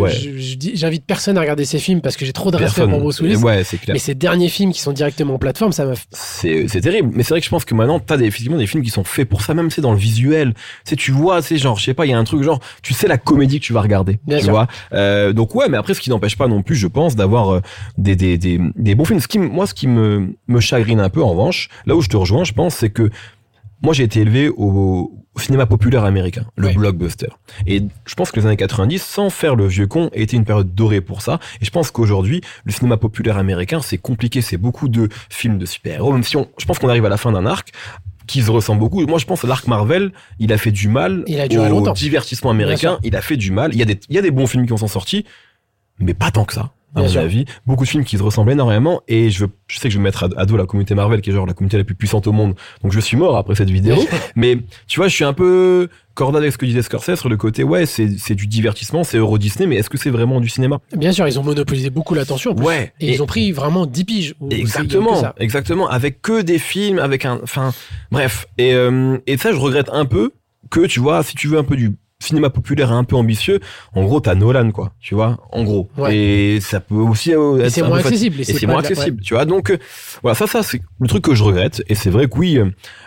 J'invite personne à regarder ces films parce que j'ai trop de respect pour Bruce Willis. Ouais, c'est clair. Mais ces derniers films qui sont directement en plateforme, ça m'a... C'est terrible. Mais c'est vrai que je pense que maintenant, t'as effectivement des films qui sont faits pour ça, même, c'est dans le visuel. Tu vois, c'est genre, je sais pas, il y a un truc genre, tu sais la comédie que tu vas regarder. Tu vois. Donc ouais, mais après, ce qui n'empêche pas non plus, je pense, d'avoir des bons films. Ce qui me chagrine un peu, en revanche, là où je te rejoins, je pense, c'est que moi, j'ai été élevé au cinéma populaire américain, le blockbuster. Et je pense que les années 90, sans faire le vieux con, était une période dorée pour ça. Et je pense qu'aujourd'hui, le cinéma populaire américain, c'est compliqué. C'est beaucoup de films de super-héros, même si je pense qu'on arrive à la fin d'un arc qui se ressemblent beaucoup. Moi, je pense que l'arc Marvel, il a fait du mal duré au longtemps. divertissement américain. Il a fait du mal. Il y a des bons films qui en sont sortis, mais pas tant que ça. À mon avis, beaucoup de films qui se ressemblent énormément, et je sais que je vais mettre à dos la communauté Marvel, qui est genre la communauté la plus puissante au monde. Donc je suis mort après cette vidéo. Mais tu vois, je suis un peu corda avec ce que disait Scorsese sur le côté, ouais, c'est du divertissement, c'est Euro Disney, mais est-ce que c'est vraiment du cinéma? Bien sûr, ils ont monopolisé beaucoup l'attention. En plus. Ouais. Et ils ont pris vraiment 10 piges. Exactement. Avec que des films, bref. Et ça, je regrette un peu que, tu vois, si tu veux un peu du cinéma populaire un peu ambitieux, en gros t'as Nolan, quoi, tu vois, en gros. Ouais. Et ça peut aussi être c'est moins accessible. Et c'est moins accessible, tu vois. Donc voilà, ça c'est le truc que je regrette. Et c'est vrai que oui,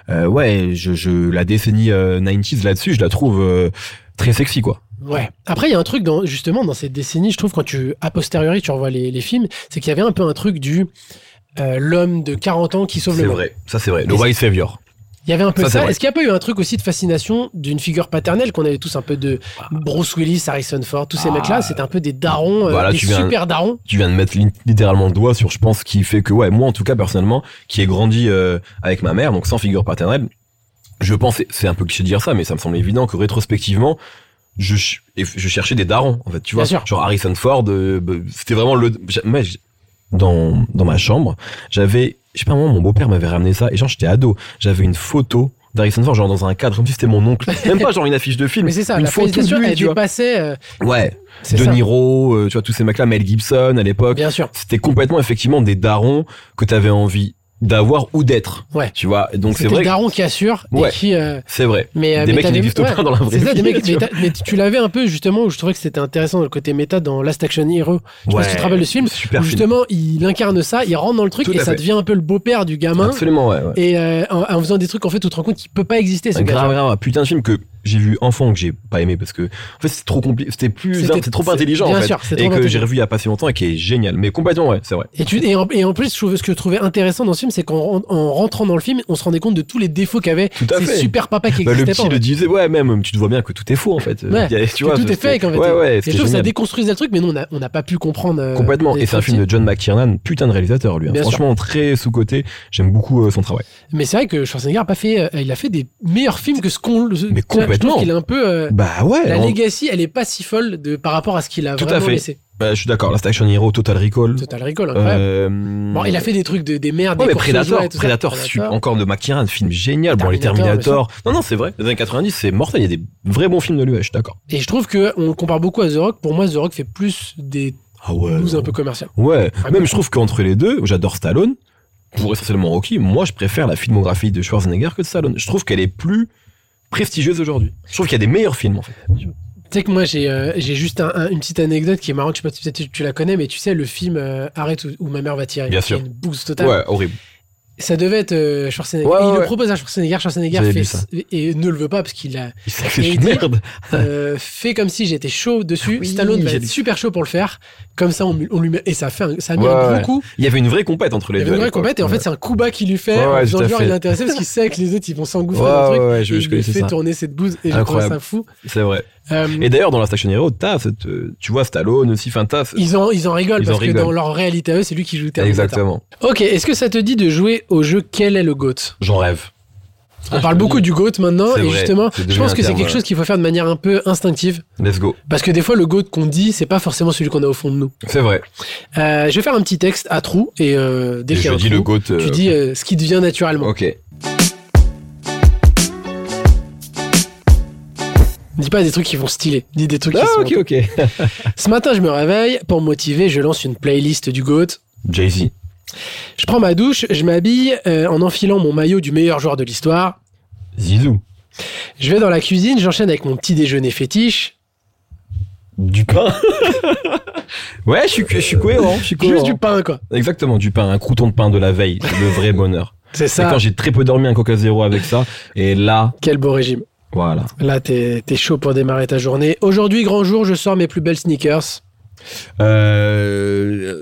la décennie 90s là-dessus, je la trouve très sexy, quoi. Ouais. Après, il y a un truc justement dans cette décennie, je trouve, quand a posteriori tu revois les films, c'est qu'il y avait un peu un truc du l'homme de 40 ans qui sauve le monde. C'est vrai, ça c'est vrai. Le White Savior. Il y avait un peu ça. Est-ce qu'il n'y a pas eu un truc aussi de fascination d'une figure paternelle qu'on avait tous un peu de Bruce Willis, Harrison Ford, tous ces mecs-là, c'était un peu des darons, super darons. Tu viens de mettre littéralement le doigt sur, je pense, qui fait que, ouais, moi en tout cas personnellement, qui ai grandi avec ma mère, donc sans figure paternelle, je pense, c'est un peu cliché de dire ça, mais ça me semble évident que rétrospectivement, je cherchais des darons, en fait, tu vois. Genre Harrison Ford, c'était vraiment dans ma chambre, j'avais, je sais pas, mon beau-père m'avait ramené ça, et genre j'étais ado, j'avais une photo d'Harrison Ford, genre dans un cadre, comme si c'était mon oncle, même pas genre une affiche de film, mais c'est ça, une la photo de lui, elle dépassait ouais, De Niro, tu vois, tous ces mecs-là, Mel Gibson à l'époque, bien sûr, c'était complètement effectivement des darons que t'avais envie d'avoir ou d'être, tu vois. Donc c'est vrai, le daron qui assure, et qui c'est vrai, mais des mecs qui n'existent pas dans la vraie vie, mais tu l'avais un peu justement, où je trouvais que c'était intéressant dans le côté méta dans Last Action Hero, je sais pas si tu te rappelles le film, où justement il incarne ça, il rentre dans le truc et ça devient un peu le beau-père du gamin, absolument, ouais. Et en faisant des trucs, en fait, tu te rends compte qu'il peut pas exister, ce gars. Grave, putain de film que j'ai vu enfant, que j'ai pas aimé parce que en fait c'est trop compliqué, c'est trop intelligent en fait, et que j'ai revu il y a pas si longtemps et qui est génial, mais complètement, ouais, c'est vrai. Et en plus, ce que je trouvais intéressant dans ce film, c'est qu'en rentrant dans le film, on se rendait compte de tous les défauts qu'avaient ces super papas qui existaient pas. Le petit le disait, ouais, même tu te vois bien que tout est faux en fait. Tu vois, tout est fake en fait. Ouais, et je trouve que ça déconstruisait le truc, mais nous on n'a pas pu comprendre complètement. Et c'est un film de John McTiernan, putain de réalisateur lui. Franchement, très sous-coté. J'aime beaucoup son travail. Mais c'est vrai que Schwarzenegger il a fait des meilleurs films que ce qu'on. Mais complètement. Je trouve qu'il est un peu. La legacy, elle est pas si folle par rapport à ce qu'il a vraiment laissé. Je suis d'accord, Last Action Hero, Total Recall. Incroyable. Bon, il a fait des trucs des merdes. Ouais, mais Predator, encore de McTiernan, film génial. Bon, les Terminator. Non, c'est vrai. Les années 90, c'est mortel. Il y a des vrais bons films de lui, je suis d'accord. Et je trouve qu'on le compare beaucoup à The Rock. Pour moi, The Rock fait plus des blues un peu commerciales. Ouais. Même je trouve qu'entre les deux, j'adore Stallone. Pour essentiellement Rocky, moi, je préfère la filmographie de Schwarzenegger que de Stallone. Je trouve qu'elle est plus prestigieuse aujourd'hui. Je trouve qu'il y a des meilleurs films, en fait. Tu sais que moi, j'ai juste une petite anecdote qui est marrante. Je sais pas si peut-être tu la connais, mais tu sais, le film Arrête où ma mère va tirer. Bien sûr. Une bouse totale. Ouais, horrible. Ça devait être Schwarzenegger. Il le propose à Schwarzenegger. Schwarzenegger et ne le veut pas parce qu'il a. Il sait que c'est une merde. Fait comme si j'étais chaud dessus. Stallone va être super chaud pour le faire. Comme ça, on lui met. Et ça a mis un gros coup. Il y avait une vraie compète entre les deux. Il y avait une vraie compète et en fait, c'est un coup bas qu'il lui fait. En faisant genre, il est intéressé parce qu'il sait que les autres, ils vont s'engouffrer dans le truc. Ouais, je lui fait tourner cette bouse et je trouve ça fou. C'est vrai. Et d'ailleurs, dans la Station Hero, tu vois Stallone aussi, ils en rigolent parce que dans leur réalité à eux, c'est lui qui joue Terminator. Exactement. Ok, est-ce que ça te dit de jouer au jeu Quel est le GOAT ? J'en rêve. On parle beaucoup du GOAT maintenant, et justement, je pense que c'est quelque chose qu'il faut faire de manière un peu instinctive. Let's go. Parce que des fois, le GOAT qu'on dit, c'est pas forcément celui qu'on a au fond de nous. C'est vrai. Je vais faire un petit texte à trous, et dès qu'il y a un trou, le GOAT, tu dis ce qui devient naturellement. Ok. Dis pas des trucs qui vont stylés, dis des trucs qui sont... ok. Ce matin, je me réveille, pour me motiver, je lance une playlist du GOAT. Jay-Z. Je prends ma douche, je m'habille en enfilant mon maillot du meilleur joueur de l'histoire. Zizou. Je vais dans la cuisine, j'enchaîne avec mon petit déjeuner fétiche. Du pain. Ouais, je suis cohérent. Juste du pain, quoi. Exactement, du pain, un crouton de pain de la veille, c'est le vrai bonheur. C'est ça. Et quand j'ai très peu dormi, un Coca Zéro avec ça, et là... Quel beau régime. Voilà. Là, t'es chaud pour démarrer ta journée. Aujourd'hui, grand jour, je sors mes plus belles sneakers. Des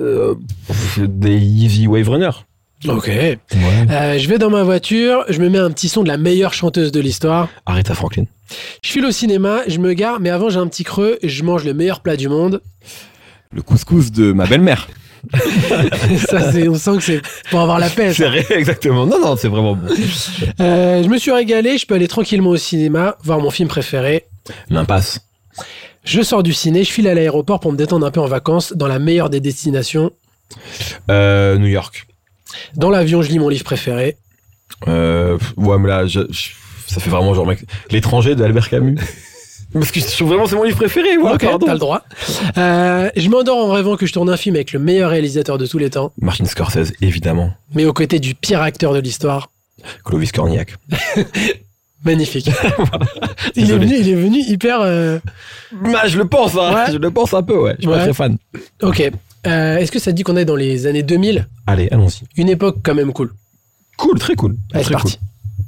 Yeezy Wave Runner. Ok. Ouais. Je vais dans ma voiture, je me mets un petit son de la meilleure chanteuse de l'histoire. Aretha Franklin. Je file au cinéma, je me gare, mais avant j'ai un petit creux, je mange le meilleur plat du monde. Le couscous de ma belle-mère. Ça, on sent que c'est pour avoir la paix. Exactement. Non, c'est vraiment bon. Je me suis régalé, je peux aller tranquillement au cinéma, voir mon film préféré. L'impasse. Je sors du ciné, je file à l'aéroport pour me détendre un peu en vacances, dans la meilleure des destinations. New York. Dans l'avion, je lis mon livre préféré. Ouais, mais là, ça fait vraiment genre, mec, L'étranger d'Albert Camus. Parce que je trouve vraiment c'est mon livre préféré. Ouais, ok, pardon. T'as le droit. Je m'endors en rêvant que je tourne un film avec le meilleur réalisateur de tous les temps. Martin Scorsese, évidemment. Mais aux côtés du pire acteur de l'histoire. Clovis Cornillac. Magnifique. Voilà. il est venu hyper... Bah, je le pense, hein. Ouais. Je le pense un peu, ouais. Je suis pas très fan. Ok. Est-ce que ça te dit qu'on est dans les années 2000 ? Allez, allons-y. Une époque quand même cool. Cool, très cool. Allez, c'est parti.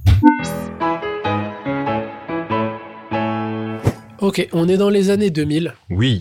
Ok, on est dans les années 2000. Oui.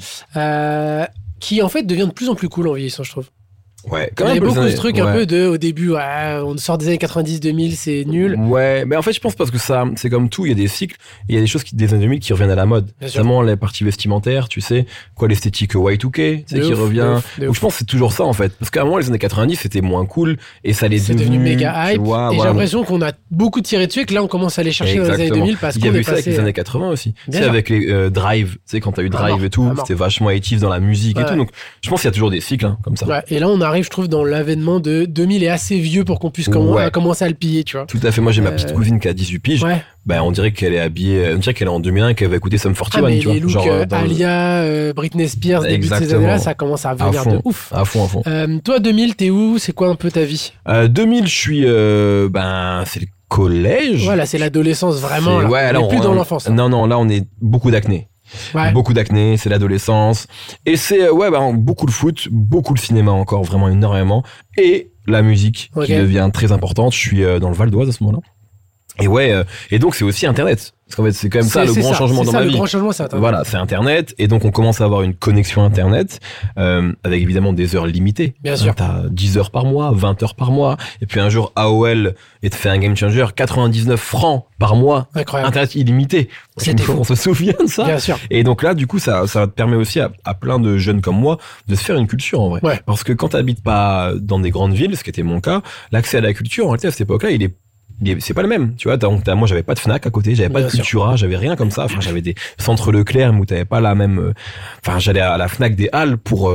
Qui en fait devient de plus en plus cool en vieillissant, je trouve. Ouais, quand même. Il y a beaucoup de trucs un peu de, au début, on sort des années 90-2000, c'est nul. Ouais, mais en fait, je pense parce que ça, c'est comme tout, il y a des cycles, il y a des choses des années 2000 qui reviennent à la mode. Notamment les parties vestimentaires, tu sais, l'esthétique Y2K, tu sais, qui revient. Donc je pense que c'est toujours ça, en fait. Parce qu'à un moment, les années 90, c'était moins cool, et ça les c'est devenu méga hype, vois, et j'ai l'impression qu'on a beaucoup tiré dessus, et que là, on commence à aller chercher dans les années 2000, parce qu'on est passé... Il y avait ça avec les années 80 aussi. Tu sais, avec les Drive, tu sais, quand t'as eu Drive et tout, c'était vachement 80s dans la musique et tout. Donc, je pense qu'il y a toujours des cycles, comme ça. Ouais, et là, on arrive, je trouve, dans l'avènement de 2000 est assez vieux pour qu'on puisse commencer à le piller, tu vois. Tout à fait. Moi, j'ai ma petite cousine qui a 18 piges. Ouais. Ben, on dirait qu'elle est habillée, on dirait qu'elle est en 2001 et qu'elle va écouter Sum 41, mais tu vois. Les looks, genre, Alia, Britney Spears, début de ces années-là, ça commence à venir de ouf. À fond. Toi, 2000, t'es où? C'est quoi un peu ta vie? 2000, je suis, c'est le collège. Voilà, c'est l'adolescence vraiment. Là. Ouais, on est plus dans l'enfance. Non, là, on est beaucoup d'acné. Ouais. Beaucoup d'acné, c'est l'adolescence. Et c'est, beaucoup le foot, beaucoup le cinéma encore, vraiment énormément. Et la musique qui devient très importante. Je suis dans le Val d'Oise à ce moment-là. Et donc c'est aussi Internet. Parce qu'en fait, c'est quand même ça le grand changement dans ma vie. Le grand changement, c'est Internet. Voilà, c'est Internet. Et donc on commence à avoir une connexion Internet, avec évidemment des heures limitées. Bien sûr. T'as 10 heures par mois, 20 heures par mois. Et puis un jour, AOL te fait un game changer, 99 francs par mois. Incroyable. Internet illimité. C'était fou. On se souvient de ça. Bien sûr. Et donc là, du coup, ça te permet aussi à plein de jeunes comme moi de se faire une culture en vrai. Ouais. Parce que quand t'habites pas dans des grandes villes, ce qui était mon cas, l'accès à la culture, en réalité, à cette époque-là, c'est pas le même, tu vois. Moi, j'avais pas de Fnac à côté, j'avais pas de Cultura, j'avais rien comme ça. Enfin, j'avais des centres Leclerc où t'avais pas la même. Enfin, j'allais à la Fnac des Halles pour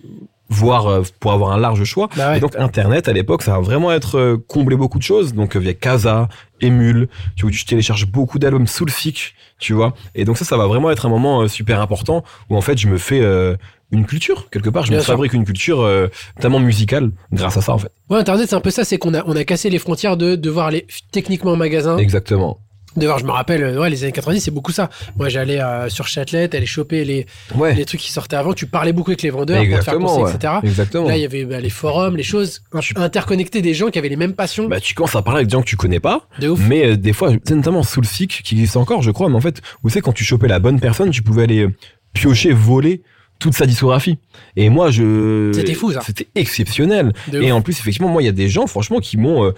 avoir un large choix. Bah ouais. Et donc Internet à l'époque, ça va vraiment être combler beaucoup de choses. Donc via Casa, Emule, tu télécharges beaucoup d'albums Soulseek, tu vois. Et donc ça va vraiment être un moment super important où en fait je me fais une culture quelque part. Je me fabrique une culture notamment musicale grâce à ça en fait. Ouais, Internet c'est un peu ça, c'est qu'on a cassé les frontières de voir les techniquement en magasin. Exactement. D'ailleurs, je me rappelle, les années 90, c'est beaucoup ça. Moi, j'allais sur Châtelet, aller choper les trucs qui sortaient avant. Tu parlais beaucoup avec les vendeurs pour te faire conseiller, etc. Exactement. Là, il y avait les forums, les choses interconnectées des gens qui avaient les mêmes passions. Bah, tu commences à parler avec des gens que tu connais pas. De ouf. Mais des fois, c'est notamment Soulseek qui existe encore, je crois. Mais en fait, vous savez, quand tu chopais la bonne personne, tu pouvais aller piocher, voler toute sa discographie. Et moi, c'était fou, ça. C'était exceptionnel. Et en plus, effectivement, moi, il y a des gens, franchement, qui m'ont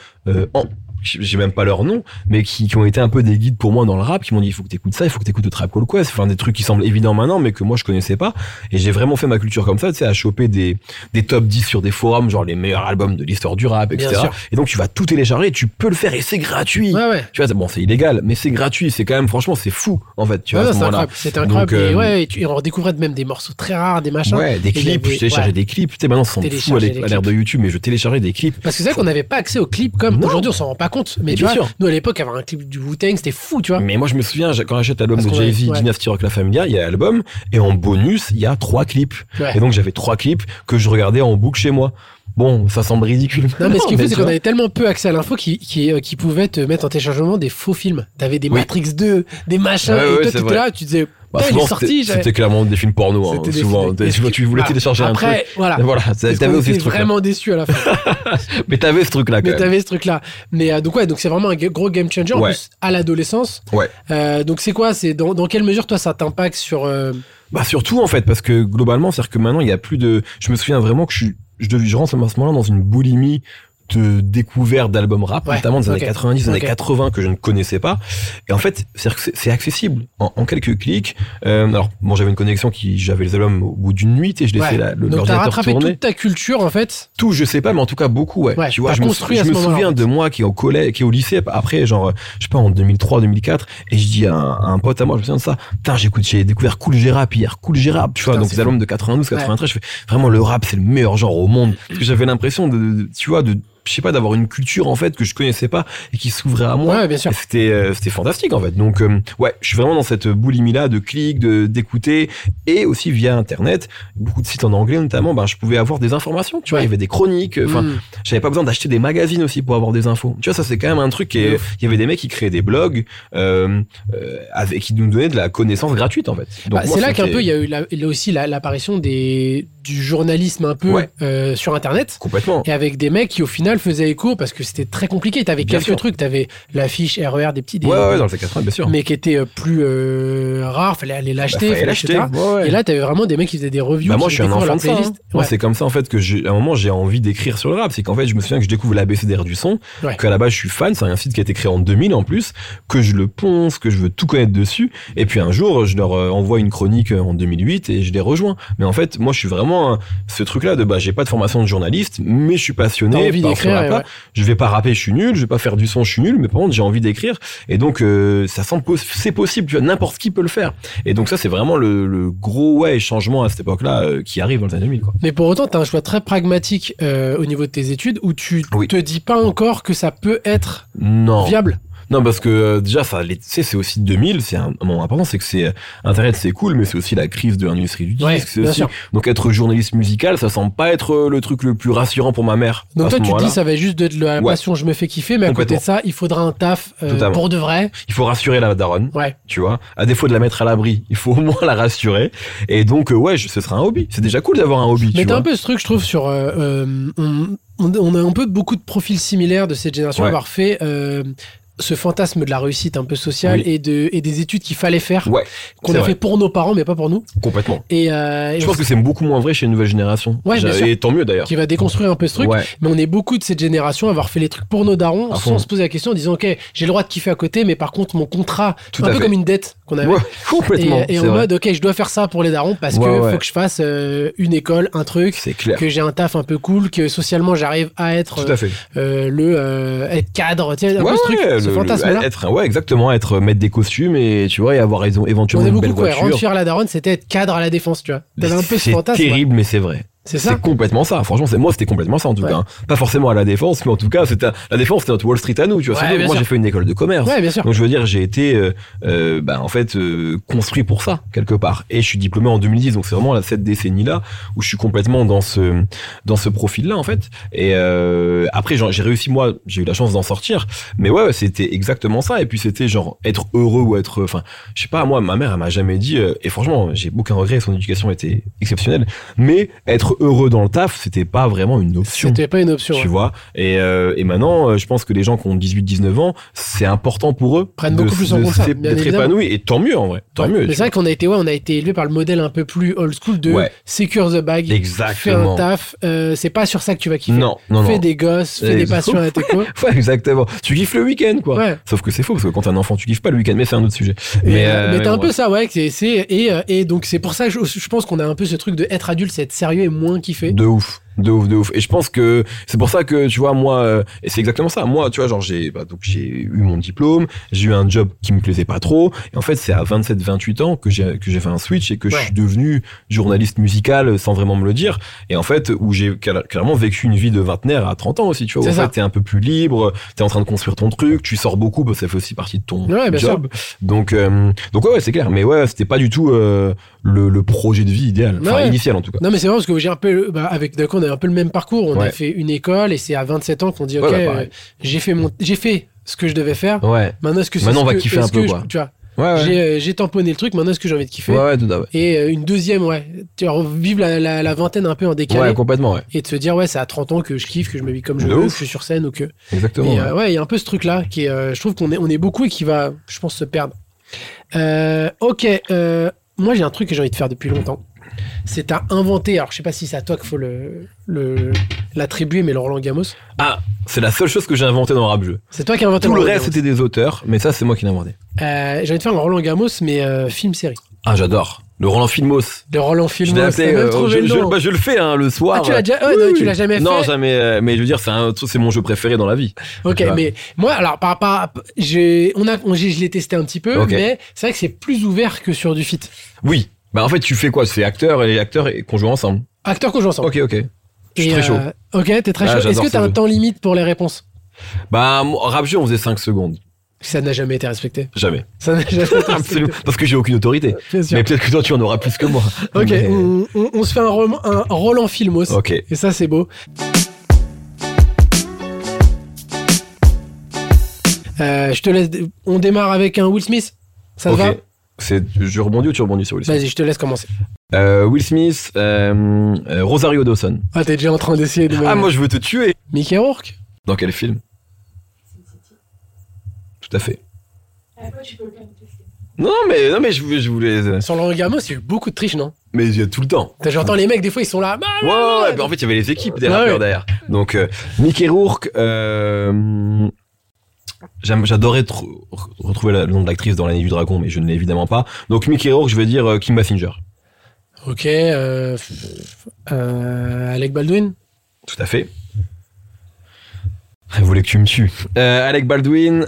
j'ai même pas leur nom, mais qui ont été un peu des guides pour moi dans le rap, qui m'ont dit il faut que t'écoutes ça, il faut que t'écoutes le Tribe Called Quest, enfin des trucs qui semblent évidents maintenant, mais que moi je connaissais pas. Et j'ai vraiment fait ma culture comme ça, tu sais, à choper des top 10 sur des forums, genre les meilleurs albums de l'histoire du rap, etc. Et donc tu vas tout télécharger, et tu peux le faire et c'est gratuit. Ouais. Tu vois, bon, c'est illégal, mais c'est gratuit, c'est quand même, franchement, c'est fou, en fait. Tu vois, c'était incroyable. Donc, et on redécouvrait même des morceaux très rares, des machins. Ouais, des clips, je téléchargeais des clips. Tu sais, maintenant, ça semble fou à l'ère de YouTube, mais je téléchargeais des clips. Parce que c'est vrai qu'on n'avait pas accès aux clips comme aujourd'hui, on s'en rend pas compte. Mais tu vois, nous à l'époque, avoir un clip du Wu-Tang, c'était fou, tu vois. Mais moi, je me souviens, quand j'achète l'album de Jay-Z, Dynasty Rock La Familia, il y a l'album, et en bonus, il y a 3 clips. Ouais. Et donc, j'avais 3 clips que je regardais en boucle chez moi. Bon, ça semble ridicule. Non, mais ce qu'il faut, c'est qu'on avait tellement peu accès à l'info qui pouvait te mettre en téléchargement des faux films. T'avais des Matrix 2, des machins, et toi, t'étais là, tu disais, souvent, c'était clairement des films porno, hein, souvent. Tu voulais télécharger un truc. Après, voilà. T'avais aussi ce truc. Vraiment déçu à la fin. Mais t'avais ce truc-là, quand même. Mais donc c'est vraiment un gros game changer, en plus, à l'adolescence. Ouais. Donc c'est quoi? C'est dans quelle mesure, toi, ça t'impacte sur... Bah, surtout, en fait, parce que globalement, c'est-à-dire que maintenant, il y a plus de... Je me souviens vraiment que je rentre à ce moment-là dans une boulimie découverte d'albums rap, notamment des années 90, des années 80 que je ne connaissais pas. Et en fait, c'est accessible en quelques clics. Alors, bon, j'avais une connexion j'avais les albums au bout d'une nuit et je laissais donc t'as rattrapé toute ta culture en fait. Tout, je sais pas, mais en tout cas beaucoup, tu vois, je me souviens de moi qui est au collège, qui est au lycée après, genre, je sais pas, en 2003, 2004, et je dis à un pote à moi, je me souviens de ça, putain, j'ai découvert Kool G Rap hier, Kool G Rap, tu vois, donc les albums de 92, 93, je fais vraiment le rap, c'est le meilleur genre au monde. Parce que j'avais l'impression tu vois, je sais pas, d'avoir une culture en fait que je connaissais pas et qui s'ouvrait à moi. Ouais, bien sûr. Et c'était fantastique en fait. Donc je suis vraiment dans cette boulimie là de clics, d'écouter, et aussi via internet, beaucoup de sites en anglais notamment, je pouvais avoir des informations, tu vois, il y avait des chroniques, j'avais pas besoin d'acheter des magazines aussi pour avoir des infos. Tu vois, ça c'est quand même un truc il y avait des mecs qui créaient des blogs qui nous donnaient de la connaissance gratuite en fait. Donc c'est là qu'un peu il y a eu aussi l'apparition du journalisme un peu sur internet. Complètement. Et avec des mecs qui au final faisaient écho parce que c'était très compliqué. T'avais quelques trucs, t'avais l'affiche RER, des petits dans le C80, bien sûr. Mais qui étaient plus rares, fallait aller l'acheter, etc. Et là t'avais vraiment des mecs qui faisaient des reviews. Moi je suis un enfant de ça. Moi c'est comme ça en fait que à un moment j'ai envie d'écrire sur le rap. C'est qu'en fait je me souviens que je découvre l'ABCDR du son, qu'à la base je suis fan, c'est un site qui a été créé en 2000 en plus, que je le ponce, que je veux tout connaître dessus, et puis un jour je leur envoie une chronique en 2008 et je les rejoins. Mais en fait moi je suis vraiment ce truc là de j'ai pas de formation de journaliste, mais je suis passionné par ce rap-là. Je vais pas rapper, je suis nul, je vais pas faire du son, je suis nul, mais par contre j'ai envie d'écrire, et donc ça semble c'est possible, tu vois, n'importe qui peut le faire. Et donc ça c'est vraiment le gros changement à cette époque-là qui arrive dans les années 2000 quoi. Mais pour autant t'as un choix très pragmatique au niveau de tes études où tu te dis pas encore que ça peut être viable. Non, parce que déjà, c'est aussi 2000, c'est un moment important, c'est que Internet, c'est cool, mais c'est aussi la crise de l'industrie du disque. C'est aussi, donc être journaliste musical, ça semble pas être le truc le plus rassurant pour ma mère. Donc toi, tu te dis, ça va juste de la passion, je me fais kiffer, mais à côté de ça, il faudra un taf pour de vrai. Il faut rassurer la daronne, tu vois. À défaut de la mettre à l'abri, il faut au moins la rassurer. Et donc, ce sera un hobby. C'est déjà cool d'avoir un hobby, mais t'as un peu ce truc, je trouve, sur... on a un peu beaucoup de profils similaires de cette génération à avoir fait... ce fantasme de la réussite un peu sociale et des études qu'il fallait faire, qu'on a fait pour nos parents mais pas pour nous. Complètement. Et je pense que c'est beaucoup moins vrai chez les nouvelles générations. Et tant mieux d'ailleurs. Qui va déconstruire un peu ce truc. Mais on est beaucoup de cette génération à avoir fait les trucs pour nos darons sans se poser la question en disant ok, j'ai le droit de kiffer à côté, mais par contre mon contrat, un peu comme une dette qu'on avait. Complètement. Et en mode ok, je dois faire ça pour les darons parce que faut que je fasse une école, un truc, que j'ai un taf un peu cool, que socialement j'arrive à être être cadre, tu sais, un peu ce truc. Être mettre des costumes et tu vois, et avoir éventuellement une belle voiture. Rendre fier à la daronne, c'était être cadre à la défense, tu vois. T'avais un peu ce fantasme. C'est terrible, mais c'est vrai. C'est complètement ça. Franchement, c'était complètement ça en tout cas. Pas forcément à la défense, mais en tout cas, la défense, c'était notre Wall Street à nous, tu vois. Moi, j'ai fait une école de commerce. Bien sûr. Donc, je veux dire, j'ai été, en fait, construit pour ça, quelque part. Et je suis diplômé en 2010. Donc, c'est vraiment cette décennie-là où je suis complètement dans ce profil-là, en fait. Et, après, j'ai réussi, moi, j'ai eu la chance d'en sortir. Mais c'était exactement ça. Et puis, c'était genre, être heureux ou être, je sais pas, moi, ma mère, elle m'a jamais dit, et franchement, j'ai aucun regret, son éducation était exceptionnelle. Mais être heureux dans le taf, c'était pas vraiment une option. C'était pas une option. Tu vois. Et maintenant, je pense que les gens qui ont 18-19 ans, c'est important pour eux. Prennent beaucoup plus en compte ça. D'être épanouis, et tant mieux en vrai. Tant mieux. Mais c'est vrai qu'on a été élevé par le modèle un peu plus old school de secure the bag. Exactement. Fais un taf, c'est pas sur ça que tu vas kiffer. Non. Fais des gosses, fais des passions à tes co. Exactement. Tu kiffes le week-end, quoi. Sauf que c'est faux, parce que quand t'es un enfant, tu kiffes pas le week-end, mais c'est un autre sujet. Mais t'as un peu ça, et donc c'est pour ça que je pense qu'on a un peu ce truc de être adulte, c'est être sérieux et moins kiffer. De ouf. Et je pense que c'est pour ça que, tu vois, moi, et c'est exactement ça. Moi, tu vois, genre, j'ai eu mon diplôme, j'ai eu un job qui me plaisait pas trop. Et en fait, c'est à 27-28 ans que j'ai fait un switch et que je suis devenu journaliste musical sans vraiment me le dire. Et en fait, où j'ai clairement vécu une vie de vingtenaire à 30 ans aussi, tu vois. En fait, t'es un peu plus libre, t'es en train de construire ton truc, tu sors beaucoup, parce que ça fait aussi partie de ton job. Donc c'est clair. Mais c'était pas du tout, le projet de vie idéal. Enfin, initial, en tout cas. Non, mais c'est vrai, parce que j'ai un peu, avec D'accord, on a un peu le même parcours. On a fait une école et c'est à 27 ans qu'on dit ok, j'ai fait ce que je devais faire. Maintenant, on va kiffer un peu, quoi. Tu vois. J'ai tamponné le truc, maintenant est-ce que j'ai envie de kiffer. Et une deuxième, tu vas vivre la vingtaine un peu en décalé. Complètement, et de se dire c'est à 30 ans que je kiffe, que je me vis comme je veux, que je suis sur scène ou que. Exactement. Et il y a un peu ce truc là qui est, je trouve qu'on est beaucoup et qui va, je pense, se perdre. Moi j'ai un truc que j'ai envie de faire depuis longtemps. c'est t'as inventé, alors je sais pas si c'est à toi qu'il faut l'attribuer, mais le Roland Gamos. Ah, c'est la seule chose que j'ai inventée dans le rap jeu. C'est toi qui as inventé Tout le le Roland reste, c'était des auteurs, mais ça, c'est moi qui l'ai inventé. J'ai envie de faire le Roland Gamos, mais film-série. Ah, j'adore. Le Roland Filmos. Le Roland Je l'ai Filmos, appelé, t'as même trouvé le nom. je le fais le soir. Ah, tu l'as déjà, ouais, non, tu l'as jamais fait. Non, jamais. Mais je veux dire, c'est mon jeu préféré dans la vie. Ok, mais moi, alors, je l'ai testé un petit peu, mais c'est vrai que c'est plus ouvert que sur du feat. Oui. Bah, en fait, tu fais quoi? C'est acteurs qu'on joue ensemble. Acteurs qu'on joue ensemble. Ok. Je suis très chaud. Ok, t'es très chaud. Est-ce que t'as un temps limite pour les réponses? Bah, rap jeu, on faisait 5 secondes. Ça n'a jamais été respecté. Jamais. Ça n'a jamais été respecté. Absolument. Parce que j'ai aucune autorité. Bien sûr. Mais peut-être que toi, tu en auras plus que moi. Ok, on se fait un Roland Filmos. Ok. Et ça, c'est beau. Je te laisse. On démarre avec un Will Smith. Ça te va? Je rebondis ou tu rebondis sur Will Smith? Vas-y, je te laisse commencer. Will Smith, Rosario Dawson. Ah, t'es déjà en train d'essayer de me... Ah, moi, je veux te tuer. Mickey Rourke? Dans quel film? Tout à fait. Tu peux le faire tester. Non, mais je voulais. Sur le Roland Gamos, il y a eu beaucoup de triche, non? Mais il y a tout le temps. J'entends les mecs, des fois, ils sont là. Ouais, bah, en fait, il y avait les équipes des rappeurs derrière. Donc, Mickey Rourke, j'adorais retrouver le nom de l'actrice dans l'année du dragon, mais je ne l'ai évidemment pas. Donc, Mickey Rourke, je vais dire Kim Basinger. Ok, Alec Baldwin? Tout à fait. Elle voulait que tu me tues. Alec Baldwin,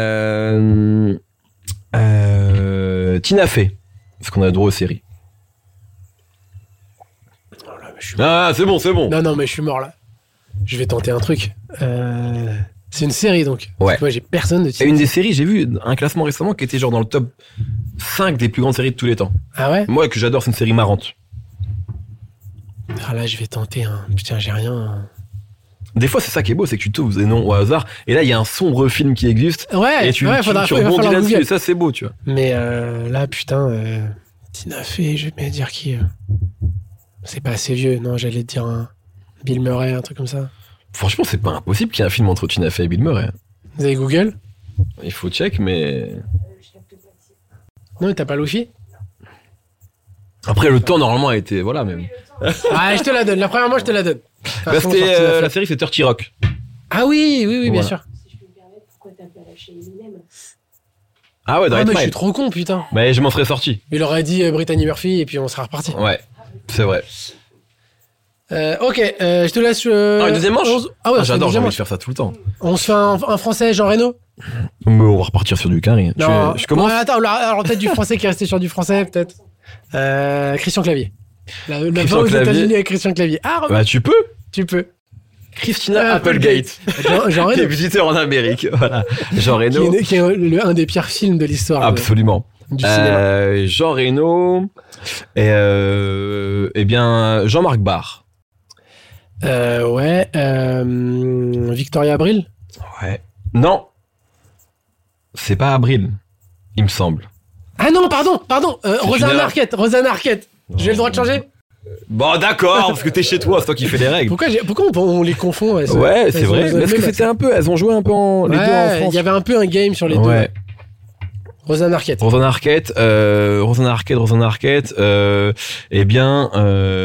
Tina Fey, parce qu'on a droit aux séries. Oh là, c'est bon. Non, mais je suis mort là. Je vais tenter un truc. C'est une série donc. Ouais. Moi, j'ai personne de Et une des séries, j'ai vu un classement récemment qui était genre dans le top 5 des plus grandes séries de tous les temps. Ah ouais? Moi, que j'adore, c'est une série marrante. Ah là, je vais tenter un. Putain, j'ai rien. Des fois, c'est ça qui est beau, c'est que tu trouves des noms au hasard, et là, il y a un sombre film qui existe, ouais, et tu faudra rebondis là-dessus, Google. et ça, c'est beau, tu vois. Mais là, putain, Tina Fey, je vais me dire qui. C'est pas assez vieux, non, j'allais te dire un Bill Murray, un truc comme ça. Franchement, c'est pas impossible qu'il y ait un film entre Tina Fey et Bill Murray. Vous avez Google? Il faut check, mais... Non, mais t'as pas Luffy? Après, le temps, normalement, a été... Voilà, même. Ah, je te la donne, la première, moi, je te la donne. Bah, la série, c'est 30 Rock. Ah oui, Voilà. bien sûr. Si je peux me permettre, pourquoi t'as pas lâché Eminem? Ah ouais, dans Ah, mais je Smile. suis trop con, putain. Mais je m'en serais sorti. Il aurait dit Brittany Murphy, et puis on sera reparti. Ouais, c'est vrai. Ok, je te laisse... une deuxième manche? Ah ouais, j'adore, j'ai envie de faire ça tout le temps. On se fait un français, Jean Reno? Mais on va repartir sur du carré. Non, Je commence. Ouais, attends, alors peut-être du français qui est resté sur du français, peut-être. Christian Clavier. La Christian fin aux Clavier. États-Unis avec Christian Clavier. Ah, Bah, tu peux. tu peux. Christina Applegate. Jean Qui est Reno, visiteur en Amérique. Voilà. Jean Reno. qui est un des pires films de l'histoire Absolument. du cinéma. Jean Reno. Et bien, Jean-Marc Barr. Ouais. Victoria Abril. Ouais. Non. C'est pas Abril, il me semble. Ah non, pardon. Rosanna une erreur. Arquette. J'ai le droit de changer? Bon, d'accord, parce que t'es chez toi, c'est toi qui fais les règles. Pourquoi on les confond? Ouais, c'est vrai. Parce que c'était un peu, elles ont joué un peu les deux en France. Il y avait un peu un game sur les deux. Ouais. Rosanna Arquette. Rosanna Arquette, eh bien,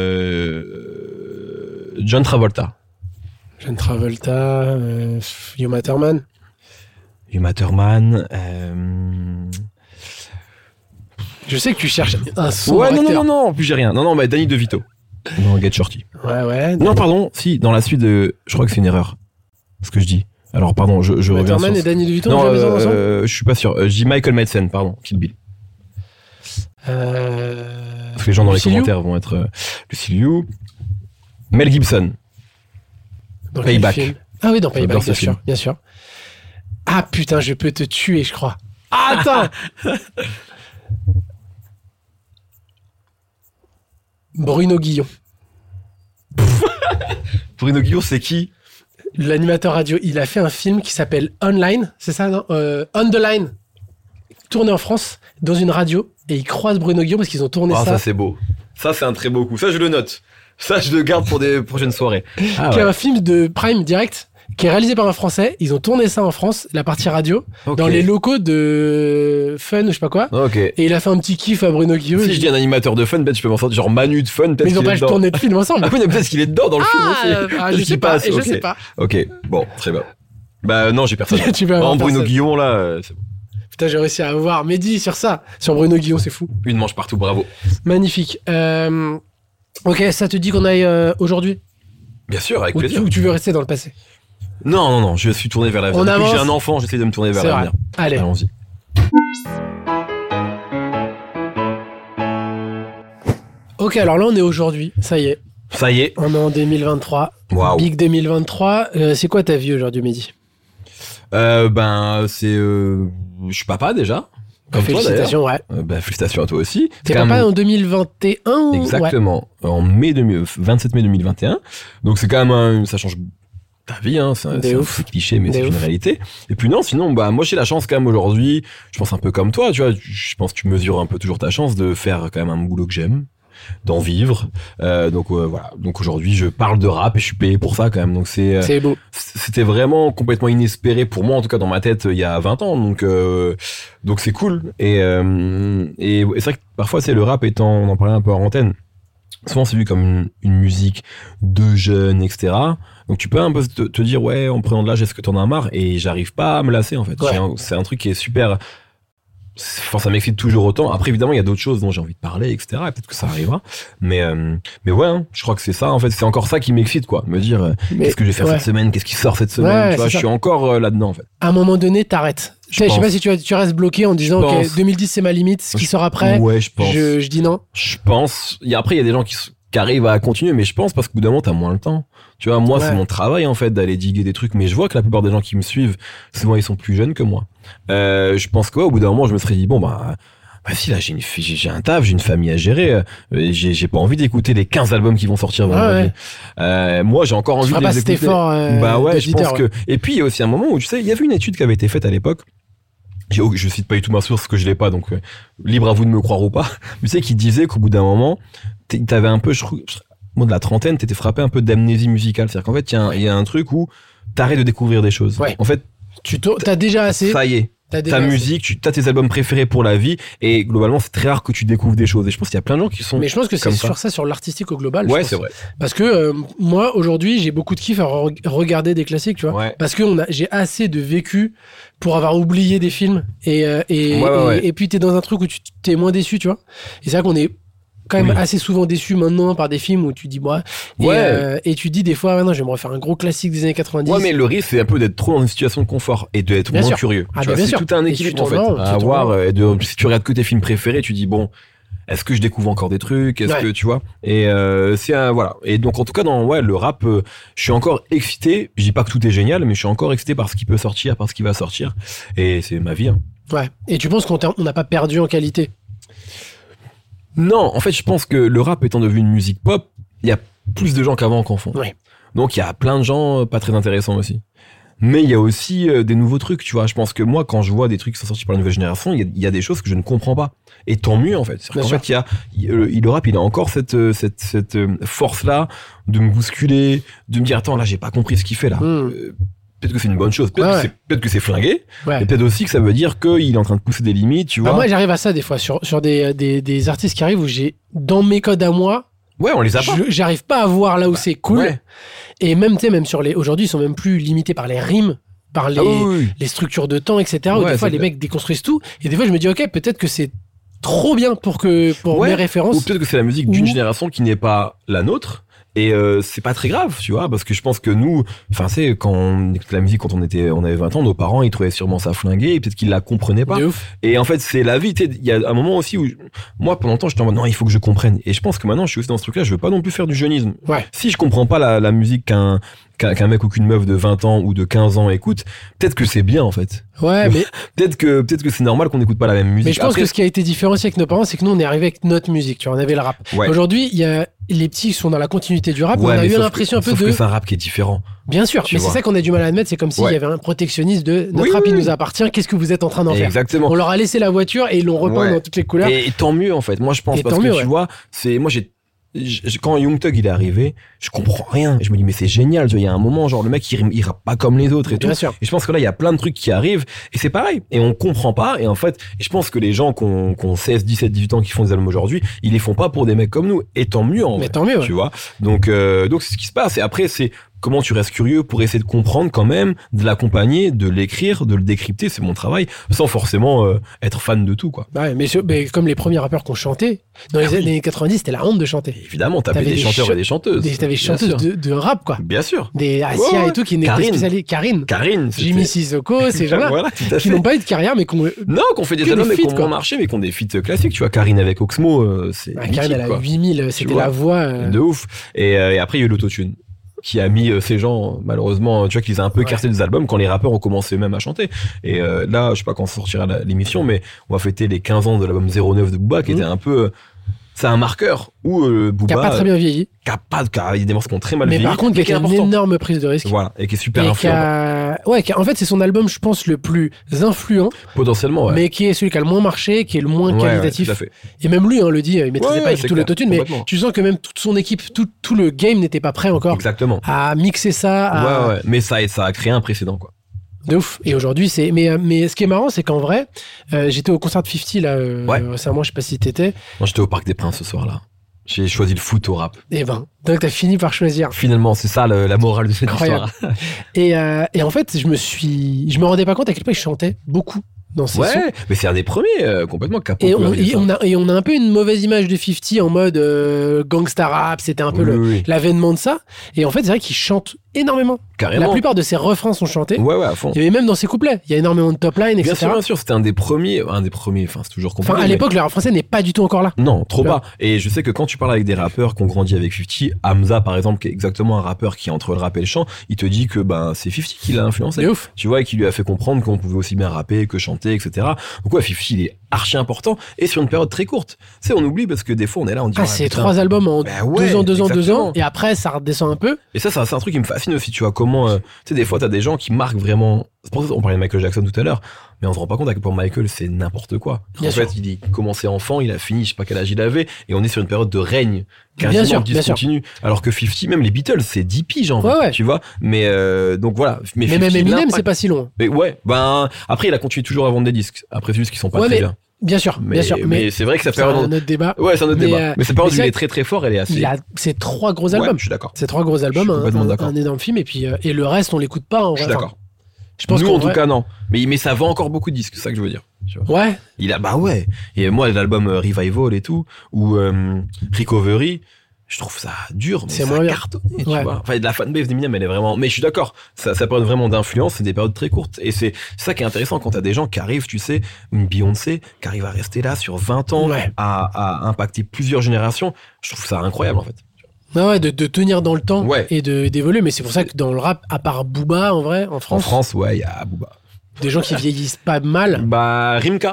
John Travolta. John Travolta, Uma Thurman. Uma Thurman, Je sais que tu cherches un son. Ouais, acteur. non, en plus j'ai rien. Non, mais Danny DeVito. Dans Get Shorty. Ouais. Non, pardon, si, dans la suite de... Je crois que c'est une erreur, ce que je dis. Alors, pardon, je Uma reviens Thurman sur... et Danny DeVito Non, ont joué ensemble. je suis pas sûr. Je dis Michael Madsen, pardon, Kill Bill. Parce que les gens dans Lucy les Liu commentaires vont être... Lucy Liu. Mel Gibson. Dans quel Payback. film? Ah oui, dans Payback, J'adore ce bien sûr. Ah putain, je peux te tuer, je crois. Ah, attends. Bruno Guillon. Bruno Guillon, c'est qui? L'animateur radio, il a fait un film qui s'appelle Online, c'est ça, non? On the Line, tourné en France, dans une radio, et il croise Bruno Guillon parce qu'ils ont tourné Ah, ça. ça c'est beau. Ça c'est un très beau coup. Ça je le note. Ça je le garde pour des prochaines soirées. Ah, Qui est ouais. un film de Prime direct, qui est réalisé par un Français. Ils ont tourné ça en France, la partie radio, Ok. dans les locaux de Fun ou je sais pas quoi. Ok. Et il a fait un petit kiff à Bruno Guillaume. Si je dis un animateur de fun, peut-être je peux m'en sortir, genre Manu de fun, peut-être Mais ils ont qu'il pas est dedans. tourné de film ensemble. Ah oui, mais peut-être qu'il est dedans dans le film aussi. je Peut-être sais qu'il pas. passe, Je ok. sais pas. Ok, bon, très bien. Bah non, j'ai personne. Tu peux avoir En Bruno personne. Guillon, là, c'est bon. Putain, j'ai réussi à avoir Mehdi sur ça. Sur Bruno Guillaume, c'est fou. Une manche partout, bravo. Magnifique. Ok, ça te dit qu'on aille aujourd'hui Bien sûr, avec ou plaisir. tu veux rester dans le passé? Non, je suis tourné vers l'avenir. On Depuis que j'ai avance. un enfant, j'essaie de me tourner vers C'est vrai. l'avenir. Allez. Allons-y. Ok, alors là, on est aujourd'hui. Ça y est. Ça y est. On est en 2023. Waouh. Big 2023. C'est quoi ta vie aujourd'hui, Mehdi? C'est... je suis papa déjà. Comme toi, d'ailleurs. Félicitations, ouais. Félicitations à toi aussi. T'es C'est quand papa même- en 2021 ou... Ouais. Exactement. En 27 mai 2021. Donc c'est quand même ça change ta vie, hein. C'est De un ouf. peu cliché, mais De c'est une ouf. réalité. Et puis non, sinon, moi j'ai la chance quand même aujourd'hui, je pense un peu comme toi, tu vois, je pense que tu mesures un peu toujours ta chance de faire quand même un boulot que j'aime, d'en vivre. Donc voilà. Donc aujourd'hui, je parle de rap et je suis payé pour ça quand même. Donc C'est beau. c'était vraiment complètement inespéré pour moi, en tout cas dans ma tête, il y a 20 ans. Donc c'est cool. Et c'est vrai que parfois, c'est le rap étant, on en parlait un peu en antenne, souvent c'est vu comme une musique de jeunes, etc. Donc tu peux un peu te dire, ouais, en prenant de l'âge, est-ce que t'en as marre? Et j'arrive pas à me lasser, en fait. Ouais. C'est un truc qui est super... Enfin, ça m'excite toujours autant. Après, évidemment, il y a d'autres choses dont j'ai envie de parler, etc. Et peut-être que ça arrivera. Mais ouais, hein, je crois que c'est ça, en fait. C'est encore ça qui m'excite, quoi. Me dire, Mais, qu'est-ce que je vais faire ouais. cette semaine? Qu'est-ce qui sort cette semaine? Ouais, Tu vois, c'est je ça. suis encore là-dedans, en fait. À un moment donné, t'arrêtes. Je Je sais pas pense. si tu restes bloqué en disant, ok, pense. 2010, c'est ma limite. Ce qui sort après, Ouais, je pense. je dis non. Je pense. Après, il y a des gens qui arrivent à continuer, mais je pense parce qu'au bout d'un moment, t'as moins le temps. Tu vois, moi, Ouais. c'est mon travail, en fait, d'aller diguer des trucs, mais je vois que la plupart des gens qui me suivent, souvent, ils sont plus jeunes que moi. Je pense que, ouais, au bout d'un moment, je me serais dit, bon, si, là, j'ai un taf, j'ai une famille à gérer, j'ai pas envie d'écouter les 15 albums qui vont sortir vendredi. Moi, j'ai encore Tu envie feras de pas les cet écouter. effort. Bah ouais, je d'auditeur, pense que. Et puis il y a aussi un moment où tu sais, il y avait une étude qui avait été faite à l'époque. Je cite pas du tout ma source, parce que je l'ai pas, donc libre à vous de me croire ou pas. Tu sais, qui disait qu'au bout d'un moment, t'avais un peu, moi de la trentaine, t'étais frappé un peu d'amnésie musicale. C'est-à-dire qu'en fait, il y a un truc où t'arrêtes de découvrir des choses. Ouais. En fait, T'as déjà assez. ça y est. T'as déjà Ta assez. musique, t'as tes albums préférés pour la vie, et globalement, c'est très rare que tu découvres des choses. Et je pense qu'il y a plein de gens qui sont. Mais je pense que c'est comme sur ça, sur l'artistique au global. je Ouais, pense. c'est vrai. Parce que moi, aujourd'hui, j'ai beaucoup de kiff à regarder des classiques, tu vois. Ouais. Parce que j'ai assez de vécu pour avoir oublié des films. Ouais. Et puis, t'es dans un truc où tu t'es moins déçu, tu vois. Et c'est vrai qu'on est quand même Oui. assez souvent déçu maintenant par des films où tu dis, bah. Ouais. Et tu dis des fois, non, je vais me refaire un gros classique des années 90. Ouais, mais le risque, c'est un peu d'être trop dans une situation de confort et d'être Bien moins sûr. curieux. Ah, Tu mais vois, bien c'est sûr. tout un Et équilibre, tu en fait, t'en rends, à tu t'en avoir. rends. Si tu regardes que tes films préférés, tu dis, bon, est-ce que je découvre encore des trucs? Est-ce Ouais. que, tu vois? Et voilà. Et donc, en tout cas, dans le rap, je suis encore excité. Je dis pas que tout est génial, mais je suis encore excité par ce qui peut sortir, par ce qui va sortir. Et c'est ma vie, hein. Ouais. Et tu penses qu'on n'a pas perdu en qualité? Non, en fait, je pense que le rap étant devenu une musique pop, il y a plus de gens qu'avant qu'en font. Ouais. Donc, il y a plein de gens pas très intéressants aussi. Mais il y a aussi des nouveaux trucs, tu vois. Je pense que moi, quand je vois des trucs qui sont sortis par la nouvelle génération, il y a des choses que je ne comprends pas. Et tant mieux, en fait. Bien En sûr. fait, le rap, il a encore cette force-là de me bousculer, de me dire, attends, là, j'ai pas compris ce qu'il fait, là. Peut-être que c'est une bonne chose. Peut-être que c'est flingué. Ouais. Et peut-être aussi que ça veut dire qu'il est en train de pousser des limites, tu vois. Moi, j'arrive à ça des fois sur des artistes qui arrivent où j'ai, dans mes codes à moi, Ouais, on les a pas. j'arrive pas à voir là où c'est cool. Ouais. Et même, tu sais, même sur aujourd'hui, ils sont même plus limités par les rimes, par les, Ah oui. les structures de temps, etc. Où Ouais, des fois, c'est les clair. mecs déconstruisent tout. Et des fois, je me dis, ok, peut-être que c'est trop bien pour Ouais. mes Ou références. peut-être que c'est la musique d'une Ou- génération qui n'est pas la nôtre. Et c'est pas très grave, tu vois, parce que je pense que nous, enfin, c'est quand on écoutait la musique quand on avait 20 ans, nos parents, ils trouvaient sûrement ça flingué, et peut-être qu'ils la comprenaient pas. De ouf. Et en fait, c'est la vie, tu sais, il y a un moment aussi où, moi, pendant longtemps, j'étais en mode, non, il faut que je comprenne. Et je pense que maintenant, je suis aussi dans ce truc-là, je veux pas non plus faire du jeunisme. Ouais. Si je comprends pas la musique qu'un mec ou qu'une meuf de 20 ans ou de 15 ans écoute, peut-être que c'est bien, en fait. Ouais, mais Peut-être que c'est normal qu'on n'écoute pas la même musique. Mais je pense Après, que ce qui a été différencié avec nos parents, c'est que nous, on est arrivé avec notre musique. Tu vois, on avait le rap. Ouais. Aujourd'hui, il y a les petits qui sont dans la continuité du rap. ouais, on a mais eu sauf l'impression un peu sauf de. que c'est un rap qui est différent. Bien sûr, Tu mais c'est vois. ça qu'on a du mal à admettre. C'est comme s'il Ouais. y avait un protectionnisme de notre Oui, rap, oui, il oui. nous appartient. Qu'est-ce que vous êtes en train d'en faire? Exactement. On leur a laissé la voiture et ils l'ont repeint Ouais. dans toutes les couleurs. Et tant mieux en fait. Moi je pense Et parce tant que mieux, tu ouais. vois, c'est moi j'ai quand Young Thug il est arrivé, je comprends rien. Je me dis mais c'est génial, il y a un moment genre le mec il rappe pas comme les autres et tout. Bien sûr. Et je pense que là il y a plein de trucs qui arrivent et c'est pareil et on comprend pas et en fait je pense que les gens qui ont 16, 17, 18 ans qui font des albums aujourd'hui, ils les font pas pour des mecs comme nous et tant mieux en vrai. Tant mieux, ouais. Tu vois. Donc c'est ce qui se passe et après c'est comment tu restes curieux pour essayer de comprendre quand même, de l'accompagner, de l'écrire, de le décrypter, c'est mon travail, sans forcément être fan de tout, quoi. Ouais, mais comme les premiers rappeurs qu'on chantait, dans les années 90, c'était la honte de chanter. Évidemment, t'avais des chanteurs et des chanteuses. T'avais des chanteuses de rap, quoi. Bien sûr. Des Asia et tout, qui n'étaient spécialisées. Karine. Jimmy Sissoko, ces gens-là. Voilà, qui n'ont pas eu de carrière, mais qu'on fait des albums, mais qui ont marché, mais qui ont des feats classiques. Tu vois, Karine avec Oxmo, c'est. Karine, elle a 8000, c'était la voix. De ouf. Et après, il y a eu l'autotune, qui a mis ces gens, malheureusement, tu vois, qu'ils ont un peu cassé des albums quand les rappeurs ont commencé même à chanter. Et là, je sais pas quand sortira l'émission, mais on va fêter les 15 ans de l'album 09 de Booba, qui était un peu... c'est un marqueur où Booba... Qui a pas très bien vieilli. Il y a des morceaux qui ont très mal vieilli. Mais par contre, qui a une énorme prise de risque. Voilà, et qui est super influent. En fait, c'est son album, je pense, le plus influent. Potentiellement, ouais. Mais qui est celui qui a le moins marché, qui est le moins qualitatif. Ouais, tout à fait. Et même lui, le dit, il maîtrisait pas du tout l'autotune, mais tu sens que même toute son équipe, tout le game n'était pas prêt encore. Exactement. À mixer ça. Ouais. Mais ça a créé un précédent, quoi. De ouf. Et aujourd'hui, c'est. Mais ce qui est marrant, c'est qu'en vrai, j'étais au concert de 50 là récemment, je sais pas si t'étais. Non, j'étais au Parc des Princes ce soir-là. J'ai choisi le foot au rap. Et donc t'as fini par choisir. Finalement, c'est ça la morale de cette histoire. Et en fait, je me rendais pas compte à quel point il chantait beaucoup dans ses sons. Mais c'est un des premiers complètement capot. Et on a un peu une mauvaise image de 50 en mode gangsta rap, c'était un peu l'avènement de ça. Et en fait, c'est vrai qu'il chante énormément. Carrément. La plupart de ses refrains sont chantés. Ouais, à fond. Il y avait même dans ses couplets, il y a énormément de top line, etc. Bien sûr, c'était un des premiers, enfin, c'est toujours compliqué. Enfin, à l'époque, le rap français n'est pas du tout encore là. Non, trop bas. Et je sais que quand tu parles avec des rappeurs qui ont grandi avec 50, Hamza, par exemple, qui est exactement un rappeur qui est entre le rap et le chant, il te dit que, c'est 50 qui l'a influencé. C'est ouf. Tu vois, et qui lui a fait comprendre qu'on pouvait aussi bien rapper que chanter, etc. Donc ouais, 50, il est archi important et sur une période très courte. Tu sais, on oublie parce que des fois, on est là, on dit. C'est 3 albums en 2 ans. Et après, ça redescend un peu. Et ça, c'est un truc qui me fascine aussi, tu vois, comment, tu sais, des fois, t'as des gens qui marquent vraiment. C'est pour ça qu'on parlait de Michael Jackson tout à l'heure, mais on se rend pas compte à quel point Michael, c'est n'importe quoi. En fait, il commençait enfant, il a fini, je sais pas quel âge il avait, et on est sur une période de règne quasiment discontinue. Alors que 50, même les Beatles, c'est 10 piges, en vrai, tu vois. Mais donc voilà. Mais même Eminem, c'est pas si long. Mais après, il a continué toujours à vendre des disques. Après, c'est juste qu'ils sont pas très bien. Bien sûr. Mais c'est vrai que ça période. C'est un autre débat. Ouais, c'est un autre débat. Mais cette période où il est très très fort, elle est assez. Il a ces 3 gros albums. Je suis d'accord. Ces 3 gros albums, un énorme film, et puis et le reste, on l'écoute pas en vrai. Je suis d'accord. Je pense nous, en tout cas, non. Mais ça vend encore beaucoup de disques, c'est ça que je veux dire. Tu vois. Ouais. Il a, Et moi, l'album Revival et tout, ou Recovery, je trouve ça dur, mais ça a cartonné, tu vois. Enfin, la fanbase d'Eminem, elle est vraiment, mais je suis d'accord. Ça période vraiment d'influence, c'est des périodes très courtes. Et c'est ça qui est intéressant quand t'as des gens qui arrivent, tu sais, une Beyoncé, qui arrive à rester là sur 20 ans, à impacter plusieurs générations. Je trouve ça incroyable, en fait. De tenir dans le temps et d'évoluer, mais c'est pour ça que dans le rap, à part Booba, en vrai, en France, il y a Booba. Des gens qui vieillissent pas mal. Rimka,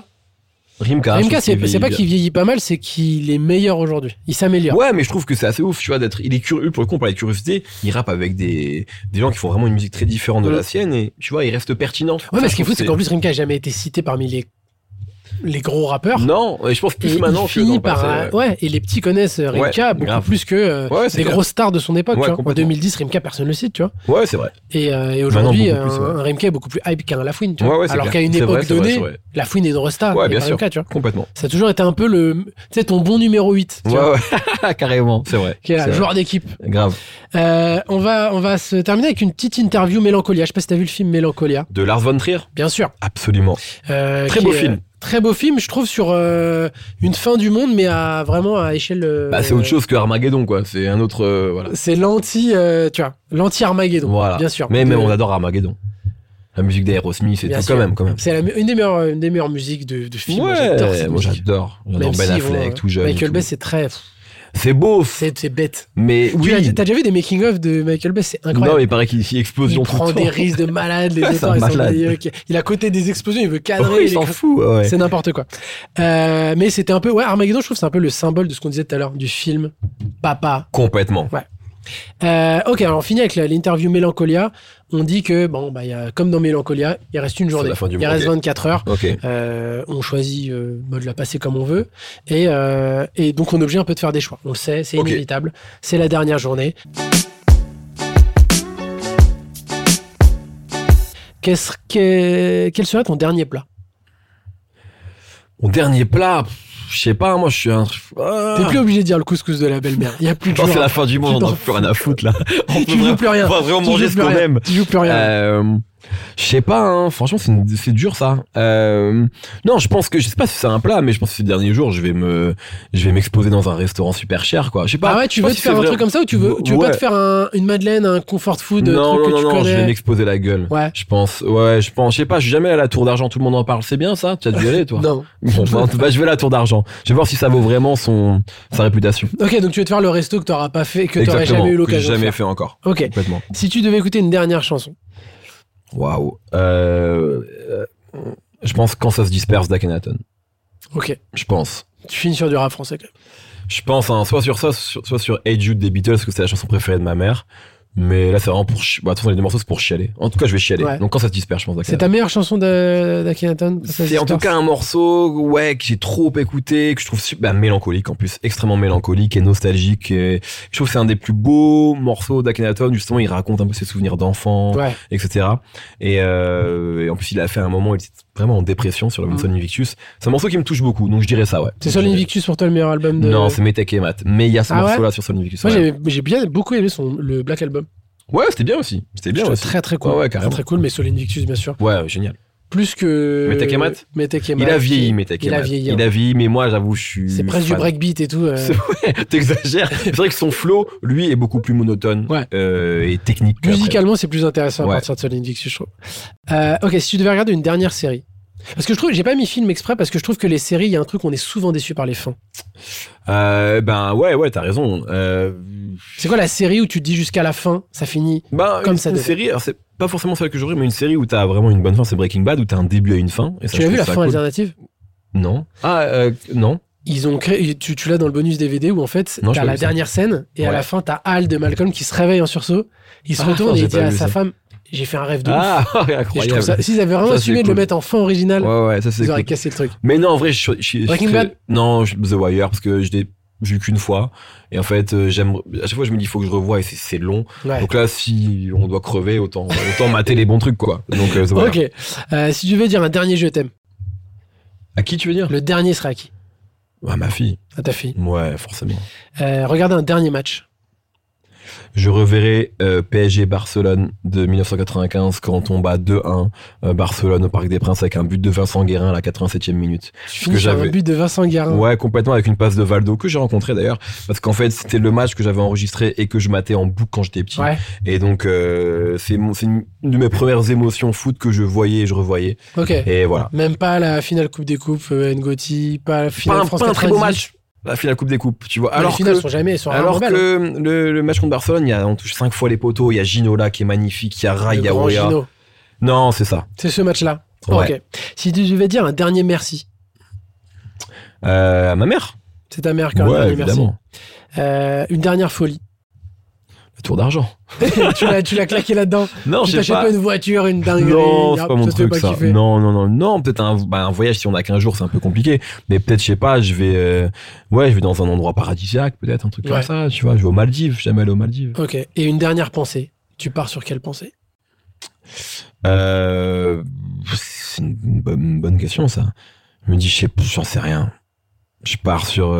c'est pas qu'il vieillit pas mal, c'est qu'il est meilleur aujourd'hui. Il s'améliore. Ouais, mais je trouve que c'est assez ouf, tu vois, il est curieux, pour le coup, on parlait de curiosité, il rappe avec des gens qui font vraiment une musique très différente de la sienne, et tu vois, il reste pertinent. Ouais, mais ce qui est fou, c'est qu'en plus, Rimka a jamais été cité parmi les gros rappeurs. Non, je pense plus maintenant que dans le passé. Et les petits connaissent Rimka beaucoup plus que les grosses stars de son époque. Tu vois. En 2010, Rimka, personne le cite, tu vois. Ouais, c'est vrai. Et aujourd'hui, un Rimka est beaucoup plus hype qu'un Lafouine, tu vois. Alors qu'à une époque donnée, Lafouine est une resta. Ouais, bien sûr. Rimka, tu vois. Complètement. Ça a toujours été un peu ton bon numéro 8. Tu vois. Carrément, c'est vrai. Qui est joueur d'équipe. Grave. On va se terminer avec une petite interview Mélancolia. Je sais pas si t'as vu le film Mélancolia. De Lars von Trier. Bien sûr. Absolument. Très beau film. Très beau film, je trouve, sur une fin du monde, mais vraiment à échelle. C'est autre chose que Armageddon, quoi. C'est un autre. Voilà. C'est l'anti-Armageddon, voilà. Bien sûr. Mais même on adore Armageddon. La musique d'Aerosmith et tout, quand même. C'est une des meilleures musiques de film. Ouais, moi j'adore. J'adore Ben Affleck, tout jeune. Michael Bay, c'est très. C'est beau. C'est bête. Mais oui. T'as déjà vu des making-of de Michael Bay? C'est incroyable. Non, il paraît qu'il explosion tout le temps. Il prend des risques de malade, les départs, il est à côté des explosions, il veut cadrer. Il s'en fout, ouais. C'est n'importe quoi. Mais c'était un peu, Armageddon, je trouve que c'est un peu le symbole de ce qu'on disait tout à l'heure, du film Papa. Complètement. Ouais. Ok, alors on finit avec l'interview Mélancolia. On dit que, il y a, comme dans Mélancolia, il reste une journée. Il reste 24 heures. Ok. On choisit de la passer comme on veut. Et donc, on est obligé un peu de faire des choix. On le sait, c'est inévitable. C'est la dernière journée. Quel serait ton dernier plat? Mon dernier plat, je sais pas, moi je suis un... T'es plus obligé de dire le couscous de la belle-mère. Il y a plus de c'est la fin du monde, on n'a plus rien à foutre là. Tu joues plus rien. On va vraiment manger ce qu'on aime. Tu joues plus rien. Je sais pas, hein. Franchement, c'est dur ça. Non, je pense que, je sais pas si c'est un plat, mais je pense que ces derniers jours, je vais m'exposer dans un restaurant super cher, quoi. Je sais pas. Ah ouais, tu veux te faire un truc comme ça ou tu veux pas te faire une madeleine, un comfort food, non, truc non, que tu non, connais? je vais m'exposer la gueule. Ouais. Je pense, je sais pas, je suis jamais à la Tour d'Argent, tout le monde en parle, c'est bien ça? Tu as dû y aller, toi? Non. Bon, je vais à la Tour d'Argent. Je vais voir si ça vaut vraiment sa réputation. Ok, donc tu veux te faire le resto que t'auras pas fait, que t'aurais jamais eu l'occasion de jamais faire. fait encore. Ok. Complètement. Si tu devais écouter une dernière chanson. Waouh. Je pense Quand ça se disperse d'Akhenaton. Ok. Je pense. Tu finis sur du rap français quand même. Je pense soit sur ça, soit sur Hey Jude des Beatles, parce que c'est la chanson préférée de ma mère. Mais là, c'est vraiment pour... de toute façon, les deux morceaux, c'est pour chialer. En tout cas, je vais chialer. Ouais. Donc, Quand ça se disperse, je pense, C'est ta meilleure chanson d'Akhenaton? C'est en tout cas un morceau, que j'ai trop écouté, que je trouve super mélancolique, en plus, extrêmement mélancolique et nostalgique. Et je trouve que c'est un des plus beaux morceaux d'Akhenaton. Justement, il raconte un peu ses souvenirs d'enfant, etc. Et en plus, il a fait un moment où il était vraiment en dépression sur l'album Sol Invictus. C'est un morceau qui me touche beaucoup, donc je dirais ça, ouais. C'est Sol Invictus pour toi le meilleur album de... Non, c'est Metek et Mat. Mais il y a ce morceau-là sur Sol Invictus. Moi, j'ai beaucoup aimé le Black Album. Ouais, c'était bien aussi. Très très cool. Ouais, carrément. Très cool, mais Sol Invictus, bien sûr. Ouais, génial. Plus que... Metek et Mat. Il a vieilli, Metek et Mat. Il a vieilli, mais moi, j'avoue, je suis... C'est presque du breakbeat et tout. Ouais, t'exagères. C'est vrai que son flow, lui, est beaucoup plus monotone et technique. Musicalement, c'est plus intéressant à partir de Sol Invictus, je trouve. Ok, si tu devais regarder une dernière série. Parce que je trouve, j'ai pas mis film exprès parce que je trouve que les séries, il y a un truc, on est souvent déçu par les fins. Ouais, t'as raison. C'est quoi la série où tu te dis jusqu'à la fin, ça finit comme ça? Une série, alors c'est pas forcément celle que j'aurais, mais une série où t'as vraiment une bonne fin, c'est Breaking Bad, où t'as un début à une fin. Et ça, tu as vu la fin alternative? Non. Non. Ils ont créé, tu l'as dans le bonus DVD où en fait, t'as la dernière scène et à la fin, t'as Hal de Malcolm qui se réveille en sursaut. Il se retourne et il dit à sa femme, j'ai fait un rêve de ouf. Incroyable. S'ils avaient vraiment assumé de le mettre en fin original, ça, ils auraient cassé le truc. Mais non, en vrai, Breaking Bad? Non, The Wire, parce que je l'ai vu qu'une fois. Et en fait, à chaque fois, je me dis, il faut que je revoie et c'est long. Ouais. Donc là, si on doit crever, autant mater les bons trucs, quoi. Donc, The Wire. Ok. Si tu veux dire un dernier je t'aime. À qui tu veux dire? Le dernier sera à qui? À ma fille. À ta fille? Ouais, forcément. Regardez un dernier match. Je reverrai PSG Barcelone de 1995 quand on bat 2-1 Barcelone au Parc des Princes avec un but de Vincent Guérin à la 87e minute. Tu finis sur un but de Vincent Guérin? Ouais, complètement, avec une passe de Valdo que j'ai rencontré d'ailleurs, parce qu'en fait c'était le match que j'avais enregistré et que je matais en boucle quand j'étais petit. Ouais. Et donc c'est une de mes premières émotions foot que je voyais et je revoyais. Ok. Et voilà. Même pas la finale Coupe des Coupes Ngoti, pas la finale France 90. Pas un très beau match. La finale Coupe des Coupes, tu vois. Alors les finales sont que le match contre Barcelone, on touche 5 fois les poteaux, il y a Ginola qui est magnifique, il y a Rai, il y a Orea. Non, c'est ça. C'est ce match-là. Ouais. Ok. Si tu devais dire un dernier merci. À ma mère. C'est ta mère qui a un dernier évidemment. Merci. Une dernière folie. Le Tour d'Argent. tu l'as claqué là-dedans. Non, tu je sais t'achètes pas une voiture, une dinguerie. Non, c'est pas mon truc, ça. Kiffer. Non, peut-être un voyage, si on a qu'un jour, c'est un peu compliqué. Mais peut-être, je sais pas, je vais dans un endroit paradisiaque, peut-être, un truc comme ça, tu vois. Je vais aux Maldives, jamais allé aux Maldives. Ok. Et une dernière pensée. Tu pars sur quelle pensée? C'est une bonne question, ça. Je me dis, j'en sais rien. Je pars sur...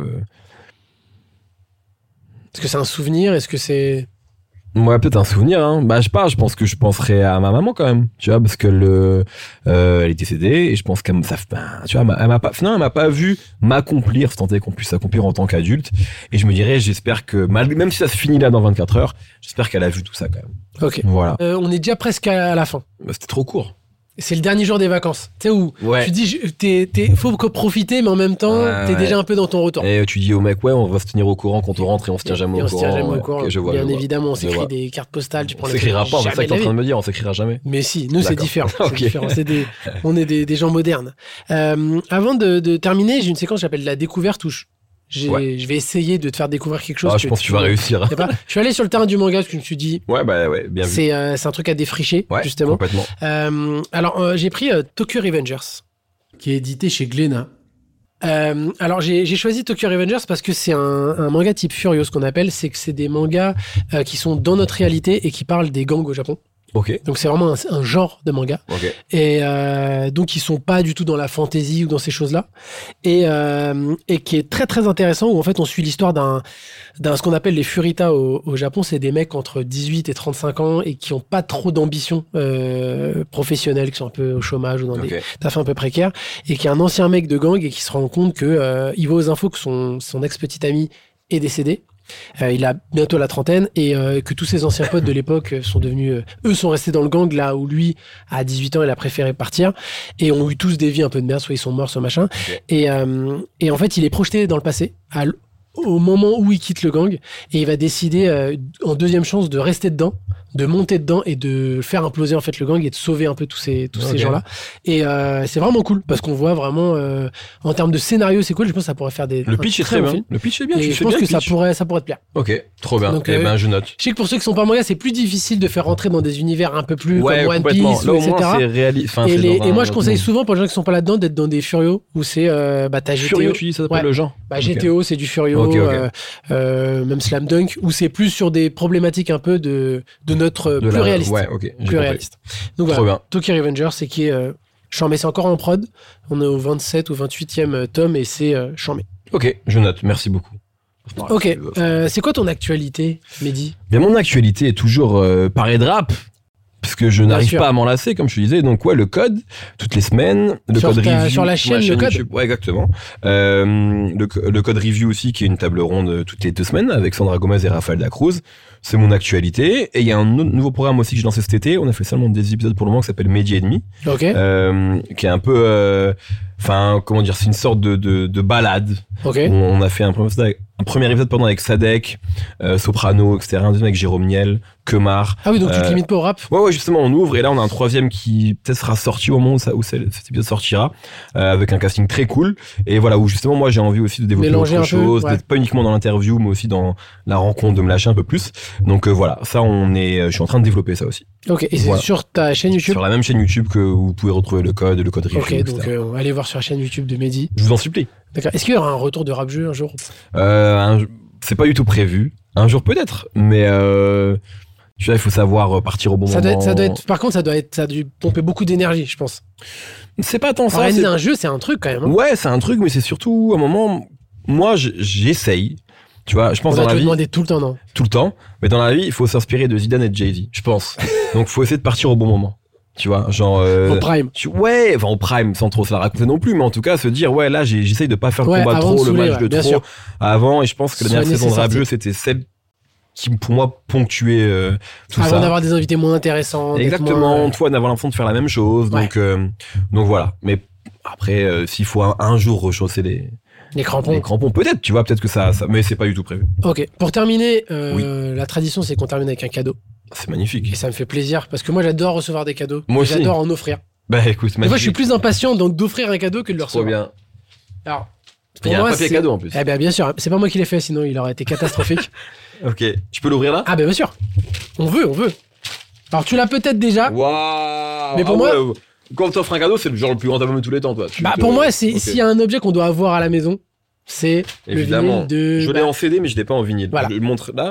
Est-ce que c'est un souvenir? Est-ce que c'est... Ouais, peut-être un souvenir, hein. Je pense que je penserais à ma maman quand même, tu vois, parce que elle est décédée et je pense qu'elle tu vois, elle m'a pas vu m'accomplir, si tant est qu'on puisse s'accomplir en tant qu'adulte. Et je me dirais, j'espère que, même si ça se finit là dans 24 heures, j'espère qu'elle a vu tout ça quand même. Ok. Voilà. On est déjà presque à la fin. C'était trop court. C'est le dernier jour des vacances. Tu sais où tu dis, faut profiter, mais en même temps, t'es déjà un peu dans ton retour. Et tu dis au mec, on va se tenir au courant quand on rentre et on se tient jamais au courant. Okay, bien évidemment, on s'écrit des cartes postales. Tu prends on s'écrira pas, c'est ça que t'es en train de me dire, on s'écrira jamais. Mais si, nous c'est différent. On est des gens modernes. Avant de terminer, j'ai une séquence que j'appelle la découverte où Je Ouais. vais essayer de te faire découvrir quelque chose. Ah, je pense que tu vas réussir. y a pas. Je suis allé sur le terrain du manga parce que je me suis dit, Ouais, bien vu. c'est un truc à défricher, Ouais, justement. complètement. Alors, j'ai pris Tokyo Revengers, qui est édité chez Glénat. Alors, j'ai choisi Tokyo Revengers parce que c'est un manga type Furio, ce qu'on appelle. C'est que c'est des mangas qui sont dans notre réalité et qui parlent des gangs au Japon. Ok. Donc, c'est vraiment un genre de manga. Ok. Et donc, ils sont pas du tout dans la fantasy ou dans ces choses-là. Et qui est très, très intéressant, où en fait, on suit l'histoire d'un ce qu'on appelle les Furita au Japon. C'est des mecs entre 18 et 35 ans et qui ont pas trop d'ambition professionnelle, qui sont un peu au chômage ou dans des tafs un peu précaires, et qui est un ancien mec de gang et qui se rend compte que il va aux infos que son ex-petite amie est décédé. Il a bientôt la trentaine et que tous ses anciens potes de l'époque sont devenus... eux sont restés dans le gang là où lui, à 18 ans, il a préféré partir et ont eu tous des vies un peu de merde, soit ils sont morts, soit machin. Et en fait, il est projeté dans le passé, au moment où il quitte le gang, et il va décider en deuxième chance de rester dedans, de monter dedans et de faire imploser en fait le gang et de sauver un peu tous ces gens-là. Et c'est vraiment cool parce qu'on voit vraiment en termes de scénario, c'est cool. Je pense que ça pourrait faire le pitch est très bien. Le pitch est bien. Et je pense que ça pourrait te plaire. Ok, trop bien. Donc, je note. Je sais que pour ceux qui sont pas manga, c'est plus difficile de faire rentrer dans des univers un peu plus comme One Piece, là, etc. C'est réaliste. Et moi, je conseille souvent pour les gens qui sont pas là-dedans d'être dans des Furio où c'est t'as GTO. Furio, tu dis ça s'appelle le genre. GTO, c'est du Furio, même Slam Dunk, où c'est plus sur des problématiques un peu de notre plus réaliste. Ouais, ok. Plus réaliste. Donc voilà, Tokyo Revengers, c'est qui est chambé, c'est encore en prod. On est au 27 ou 28e tome et c'est chambé. Ok, je note. Merci beaucoup. Ok, c'est quoi ton actualité, Mehdi ? Bien, mon actualité est toujours parler de rap. Parce que je n'arrive pas à m'en lasser, comme je te disais. Donc, le code, toutes les semaines. Le code review. Sur la chaîne, le code YouTube. Ouais, exactement. Le code review aussi, qui est une table ronde toutes les 2 semaines avec Sandra Gomez et Raphaël Dacruz. C'est mon actualité. Et il y a un nouveau programme aussi que j'ai lancé cet été. On a fait seulement des épisodes pour le moment qui s'appelle Mehdi et demi. Ok. Qui est un peu, comment dire, c'est une sorte de balade. Ok. On a fait un premier épisode avec Sadek, Soprano, etc. Un deuxième avec Jérôme Niel, Kemar. Ah oui, donc tu te limites pas au rap. Ouais, justement, on ouvre et là on a un troisième qui peut-être sera sorti au moment où cet épisode sortira, avec un casting très cool. Et voilà, où justement moi j'ai envie aussi de développer autre chose, d'être pas uniquement dans l'interview, mais aussi dans la rencontre, de me lâcher un peu plus. Donc voilà, ça je suis en train de développer ça aussi. Ok, et c'est sur ta chaîne YouTube ? Sur la même chaîne YouTube que vous pouvez retrouver le code review. Ok, donc allez voir sur la chaîne YouTube de Mehdi. Je vous en supplie. D'accord. Est-ce qu'il y aura un retour de rap jeu un jour ? C'est pas du tout prévu. Un jour peut-être, mais tu vois, il faut savoir partir au bon moment. Par contre, ça a dû pomper beaucoup d'énergie, je pense. C'est pas tant ça. Réaliser un jeu, c'est un truc quand même. Hein. Ouais, c'est un truc, mais c'est surtout un moment. Moi, j'essaye. Tu vois, je pense dans la vie. On va te demander tout le temps, non ? Tout le temps. Mais dans la vie, il faut s'inspirer de Zidane et de Jay-Z, je pense. Donc, faut essayer de partir au bon moment. Tu vois, genre. Au prime. Au prime, sans trop se la raconter non plus, mais en tout cas, se dire, ouais, là, j'essaye de pas faire le combat trop, le match de trop sûr. avant. Et je pense que la dernière saison de Rap Jeu, c'était celle qui, pour moi, ponctuait tout ça. Avant d'avoir des invités moins intéressants. Exactement. Toi, d'avoir l'impression de faire la même chose. Ouais. Donc voilà. Mais après, s'il faut un jour rechausser les crampons. Les crampons, peut-être, tu vois, peut-être que ça, mais c'est pas du tout prévu. Ok. Pour terminer, la tradition, c'est qu'on termine avec un cadeau. C'est magnifique. Et ça me fait plaisir parce que moi, j'adore recevoir des cadeaux. Moi aussi. J'adore en offrir. Bah écoute, magnifique. Moi, je suis plus impatient donc d'offrir un cadeau que de le recevoir. Trop bien. Alors, il y a un papier cadeau en plus. Eh bien sûr, c'est pas moi qui l'ai fait, sinon il aurait été catastrophique. Ok, tu peux l'ouvrir là ? Ah, bien sûr. On veut. Alors, tu l'as peut-être déjà. Waouh. Mais pour moi. Quand t'offres un cadeau, c'est le genre le plus grand album de tous les temps, toi. Pour moi, s'il y a un objet qu'on doit avoir à la maison, c'est évidemment. Le vinyle de. Je l'ai en CD, mais je l'ai pas en vinyle. Voilà. Je le montre là.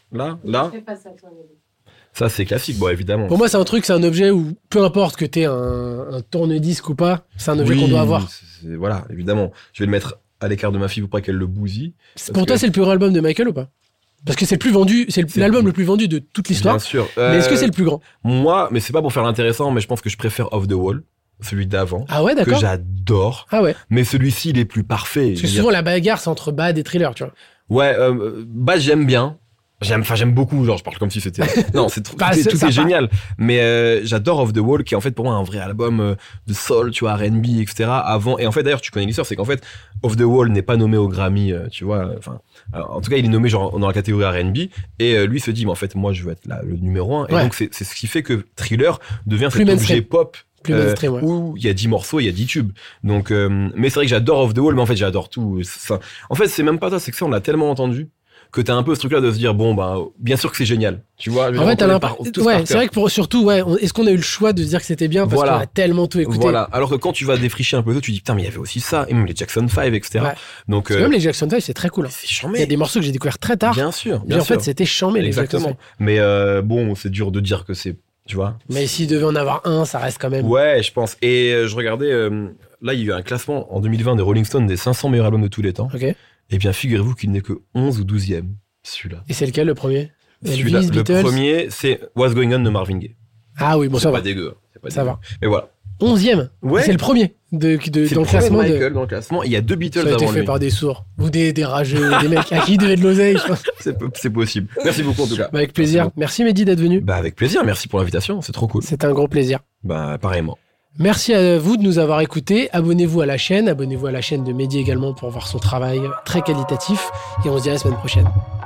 Fais pas ça, toi, Nelly. Ça, c'est classique, bon, évidemment. Pour moi, c'est un objet où, peu importe que t'aies un tourne-disque ou pas, c'est un objet qu'on doit avoir. Voilà, évidemment. Je vais le mettre à l'écart de ma fille pour pas qu'elle le bousille. Pour toi, c'est le plus grand album de Michael ou pas ? Parce que c'est le plus vendu, l'album le plus vendu de toute l'histoire. Bien sûr. Mais est-ce que c'est le plus grand ? Moi, mais c'est pas pour faire l'intéressant, mais je pense que je préfère Off the Wall, celui d'avant. Ah ouais, d'accord. Que j'adore. Ah ouais. Mais celui-ci, il est plus parfait. Parce que souvent, la bagarre, c'est entre Bad et Thriller, tu vois. Ouais, Bad, j'aime bien. J'aime beaucoup, genre je parle comme si c'était... Non, tout est génial. Mais j'adore Off the Wall, qui est en fait pour moi un vrai album de soul, tu vois, R&B, etc. Avant, et en fait d'ailleurs tu connais l'histoire, c'est qu'en fait Off the Wall n'est pas nommé au Grammy, tu vois. Enfin, en tout cas il est nommé genre dans la catégorie R&B, et lui se dit mais en fait moi je veux être le numéro 1. Et donc c'est ce qui fait que Thriller devient cet objet pop Plus mainstream, ouais. Où il y a 10 morceaux, il y a 10 tubes. Donc, mais c'est vrai que j'adore Off the Wall, mais en fait, j'adore tout. En fait, c'est même pas ça, c'est que ça, on l'a tellement entendu que t'as un peu ce truc-là de se dire, bon, bah, bien sûr que c'est génial. Tu vois, en fait, t'as l'impression. Ouais, c'est vrai que surtout, ouais, est-ce qu'on a eu le choix de se dire que c'était bien parce qu'on a tellement tout écouté. Voilà. Alors que quand tu vas défricher un peu tout, tu dis, putain, mais il y avait aussi ça, et même les Jackson 5, etc. Ouais. Donc, même les Jackson 5, c'est très cool. C'est charmé. Il y a des morceaux que j'ai découverts très tard. Bien sûr. Mais en fait, c'était charmé, les Jackson 5. Mais bon, c'est dur de dire que c'est. Tu vois. Mais s'il devait en avoir un, ça reste quand même. Ouais, je pense. Et je regardais, là, il y a eu un classement en 2020 de Rolling Stone des 500 meilleurs albums de tous les temps. Ok. Et bien, figurez-vous qu'il n'est que 11 ou 12e, celui-là. Et c'est lequel, le premier? Celui-là, le premier, c'est What's Going On de Marvin Gaye. Ah oui, bon, ça va. C'est pas dégueu. Ça va. Mais voilà. 11e. Ouais. C'est le premier dans le classement. Michael dans le classement. Il y a 2 Beatles avant lui. Ça a été fait par des sourds. Ou des rageux, des mecs à qui il devait de l'oseille, je pense. C'est possible. Merci beaucoup, en tout cas. Bah, avec plaisir. Merci Mehdi d'être venu. Bah, avec plaisir. Merci pour l'invitation. C'est trop cool. C'est un gros plaisir. Bah, pareillement. Merci à vous de nous avoir écoutés. Abonnez-vous à la chaîne. Abonnez-vous à la chaîne de Mehdi également pour voir son travail très qualitatif. Et on se dit à la semaine prochaine.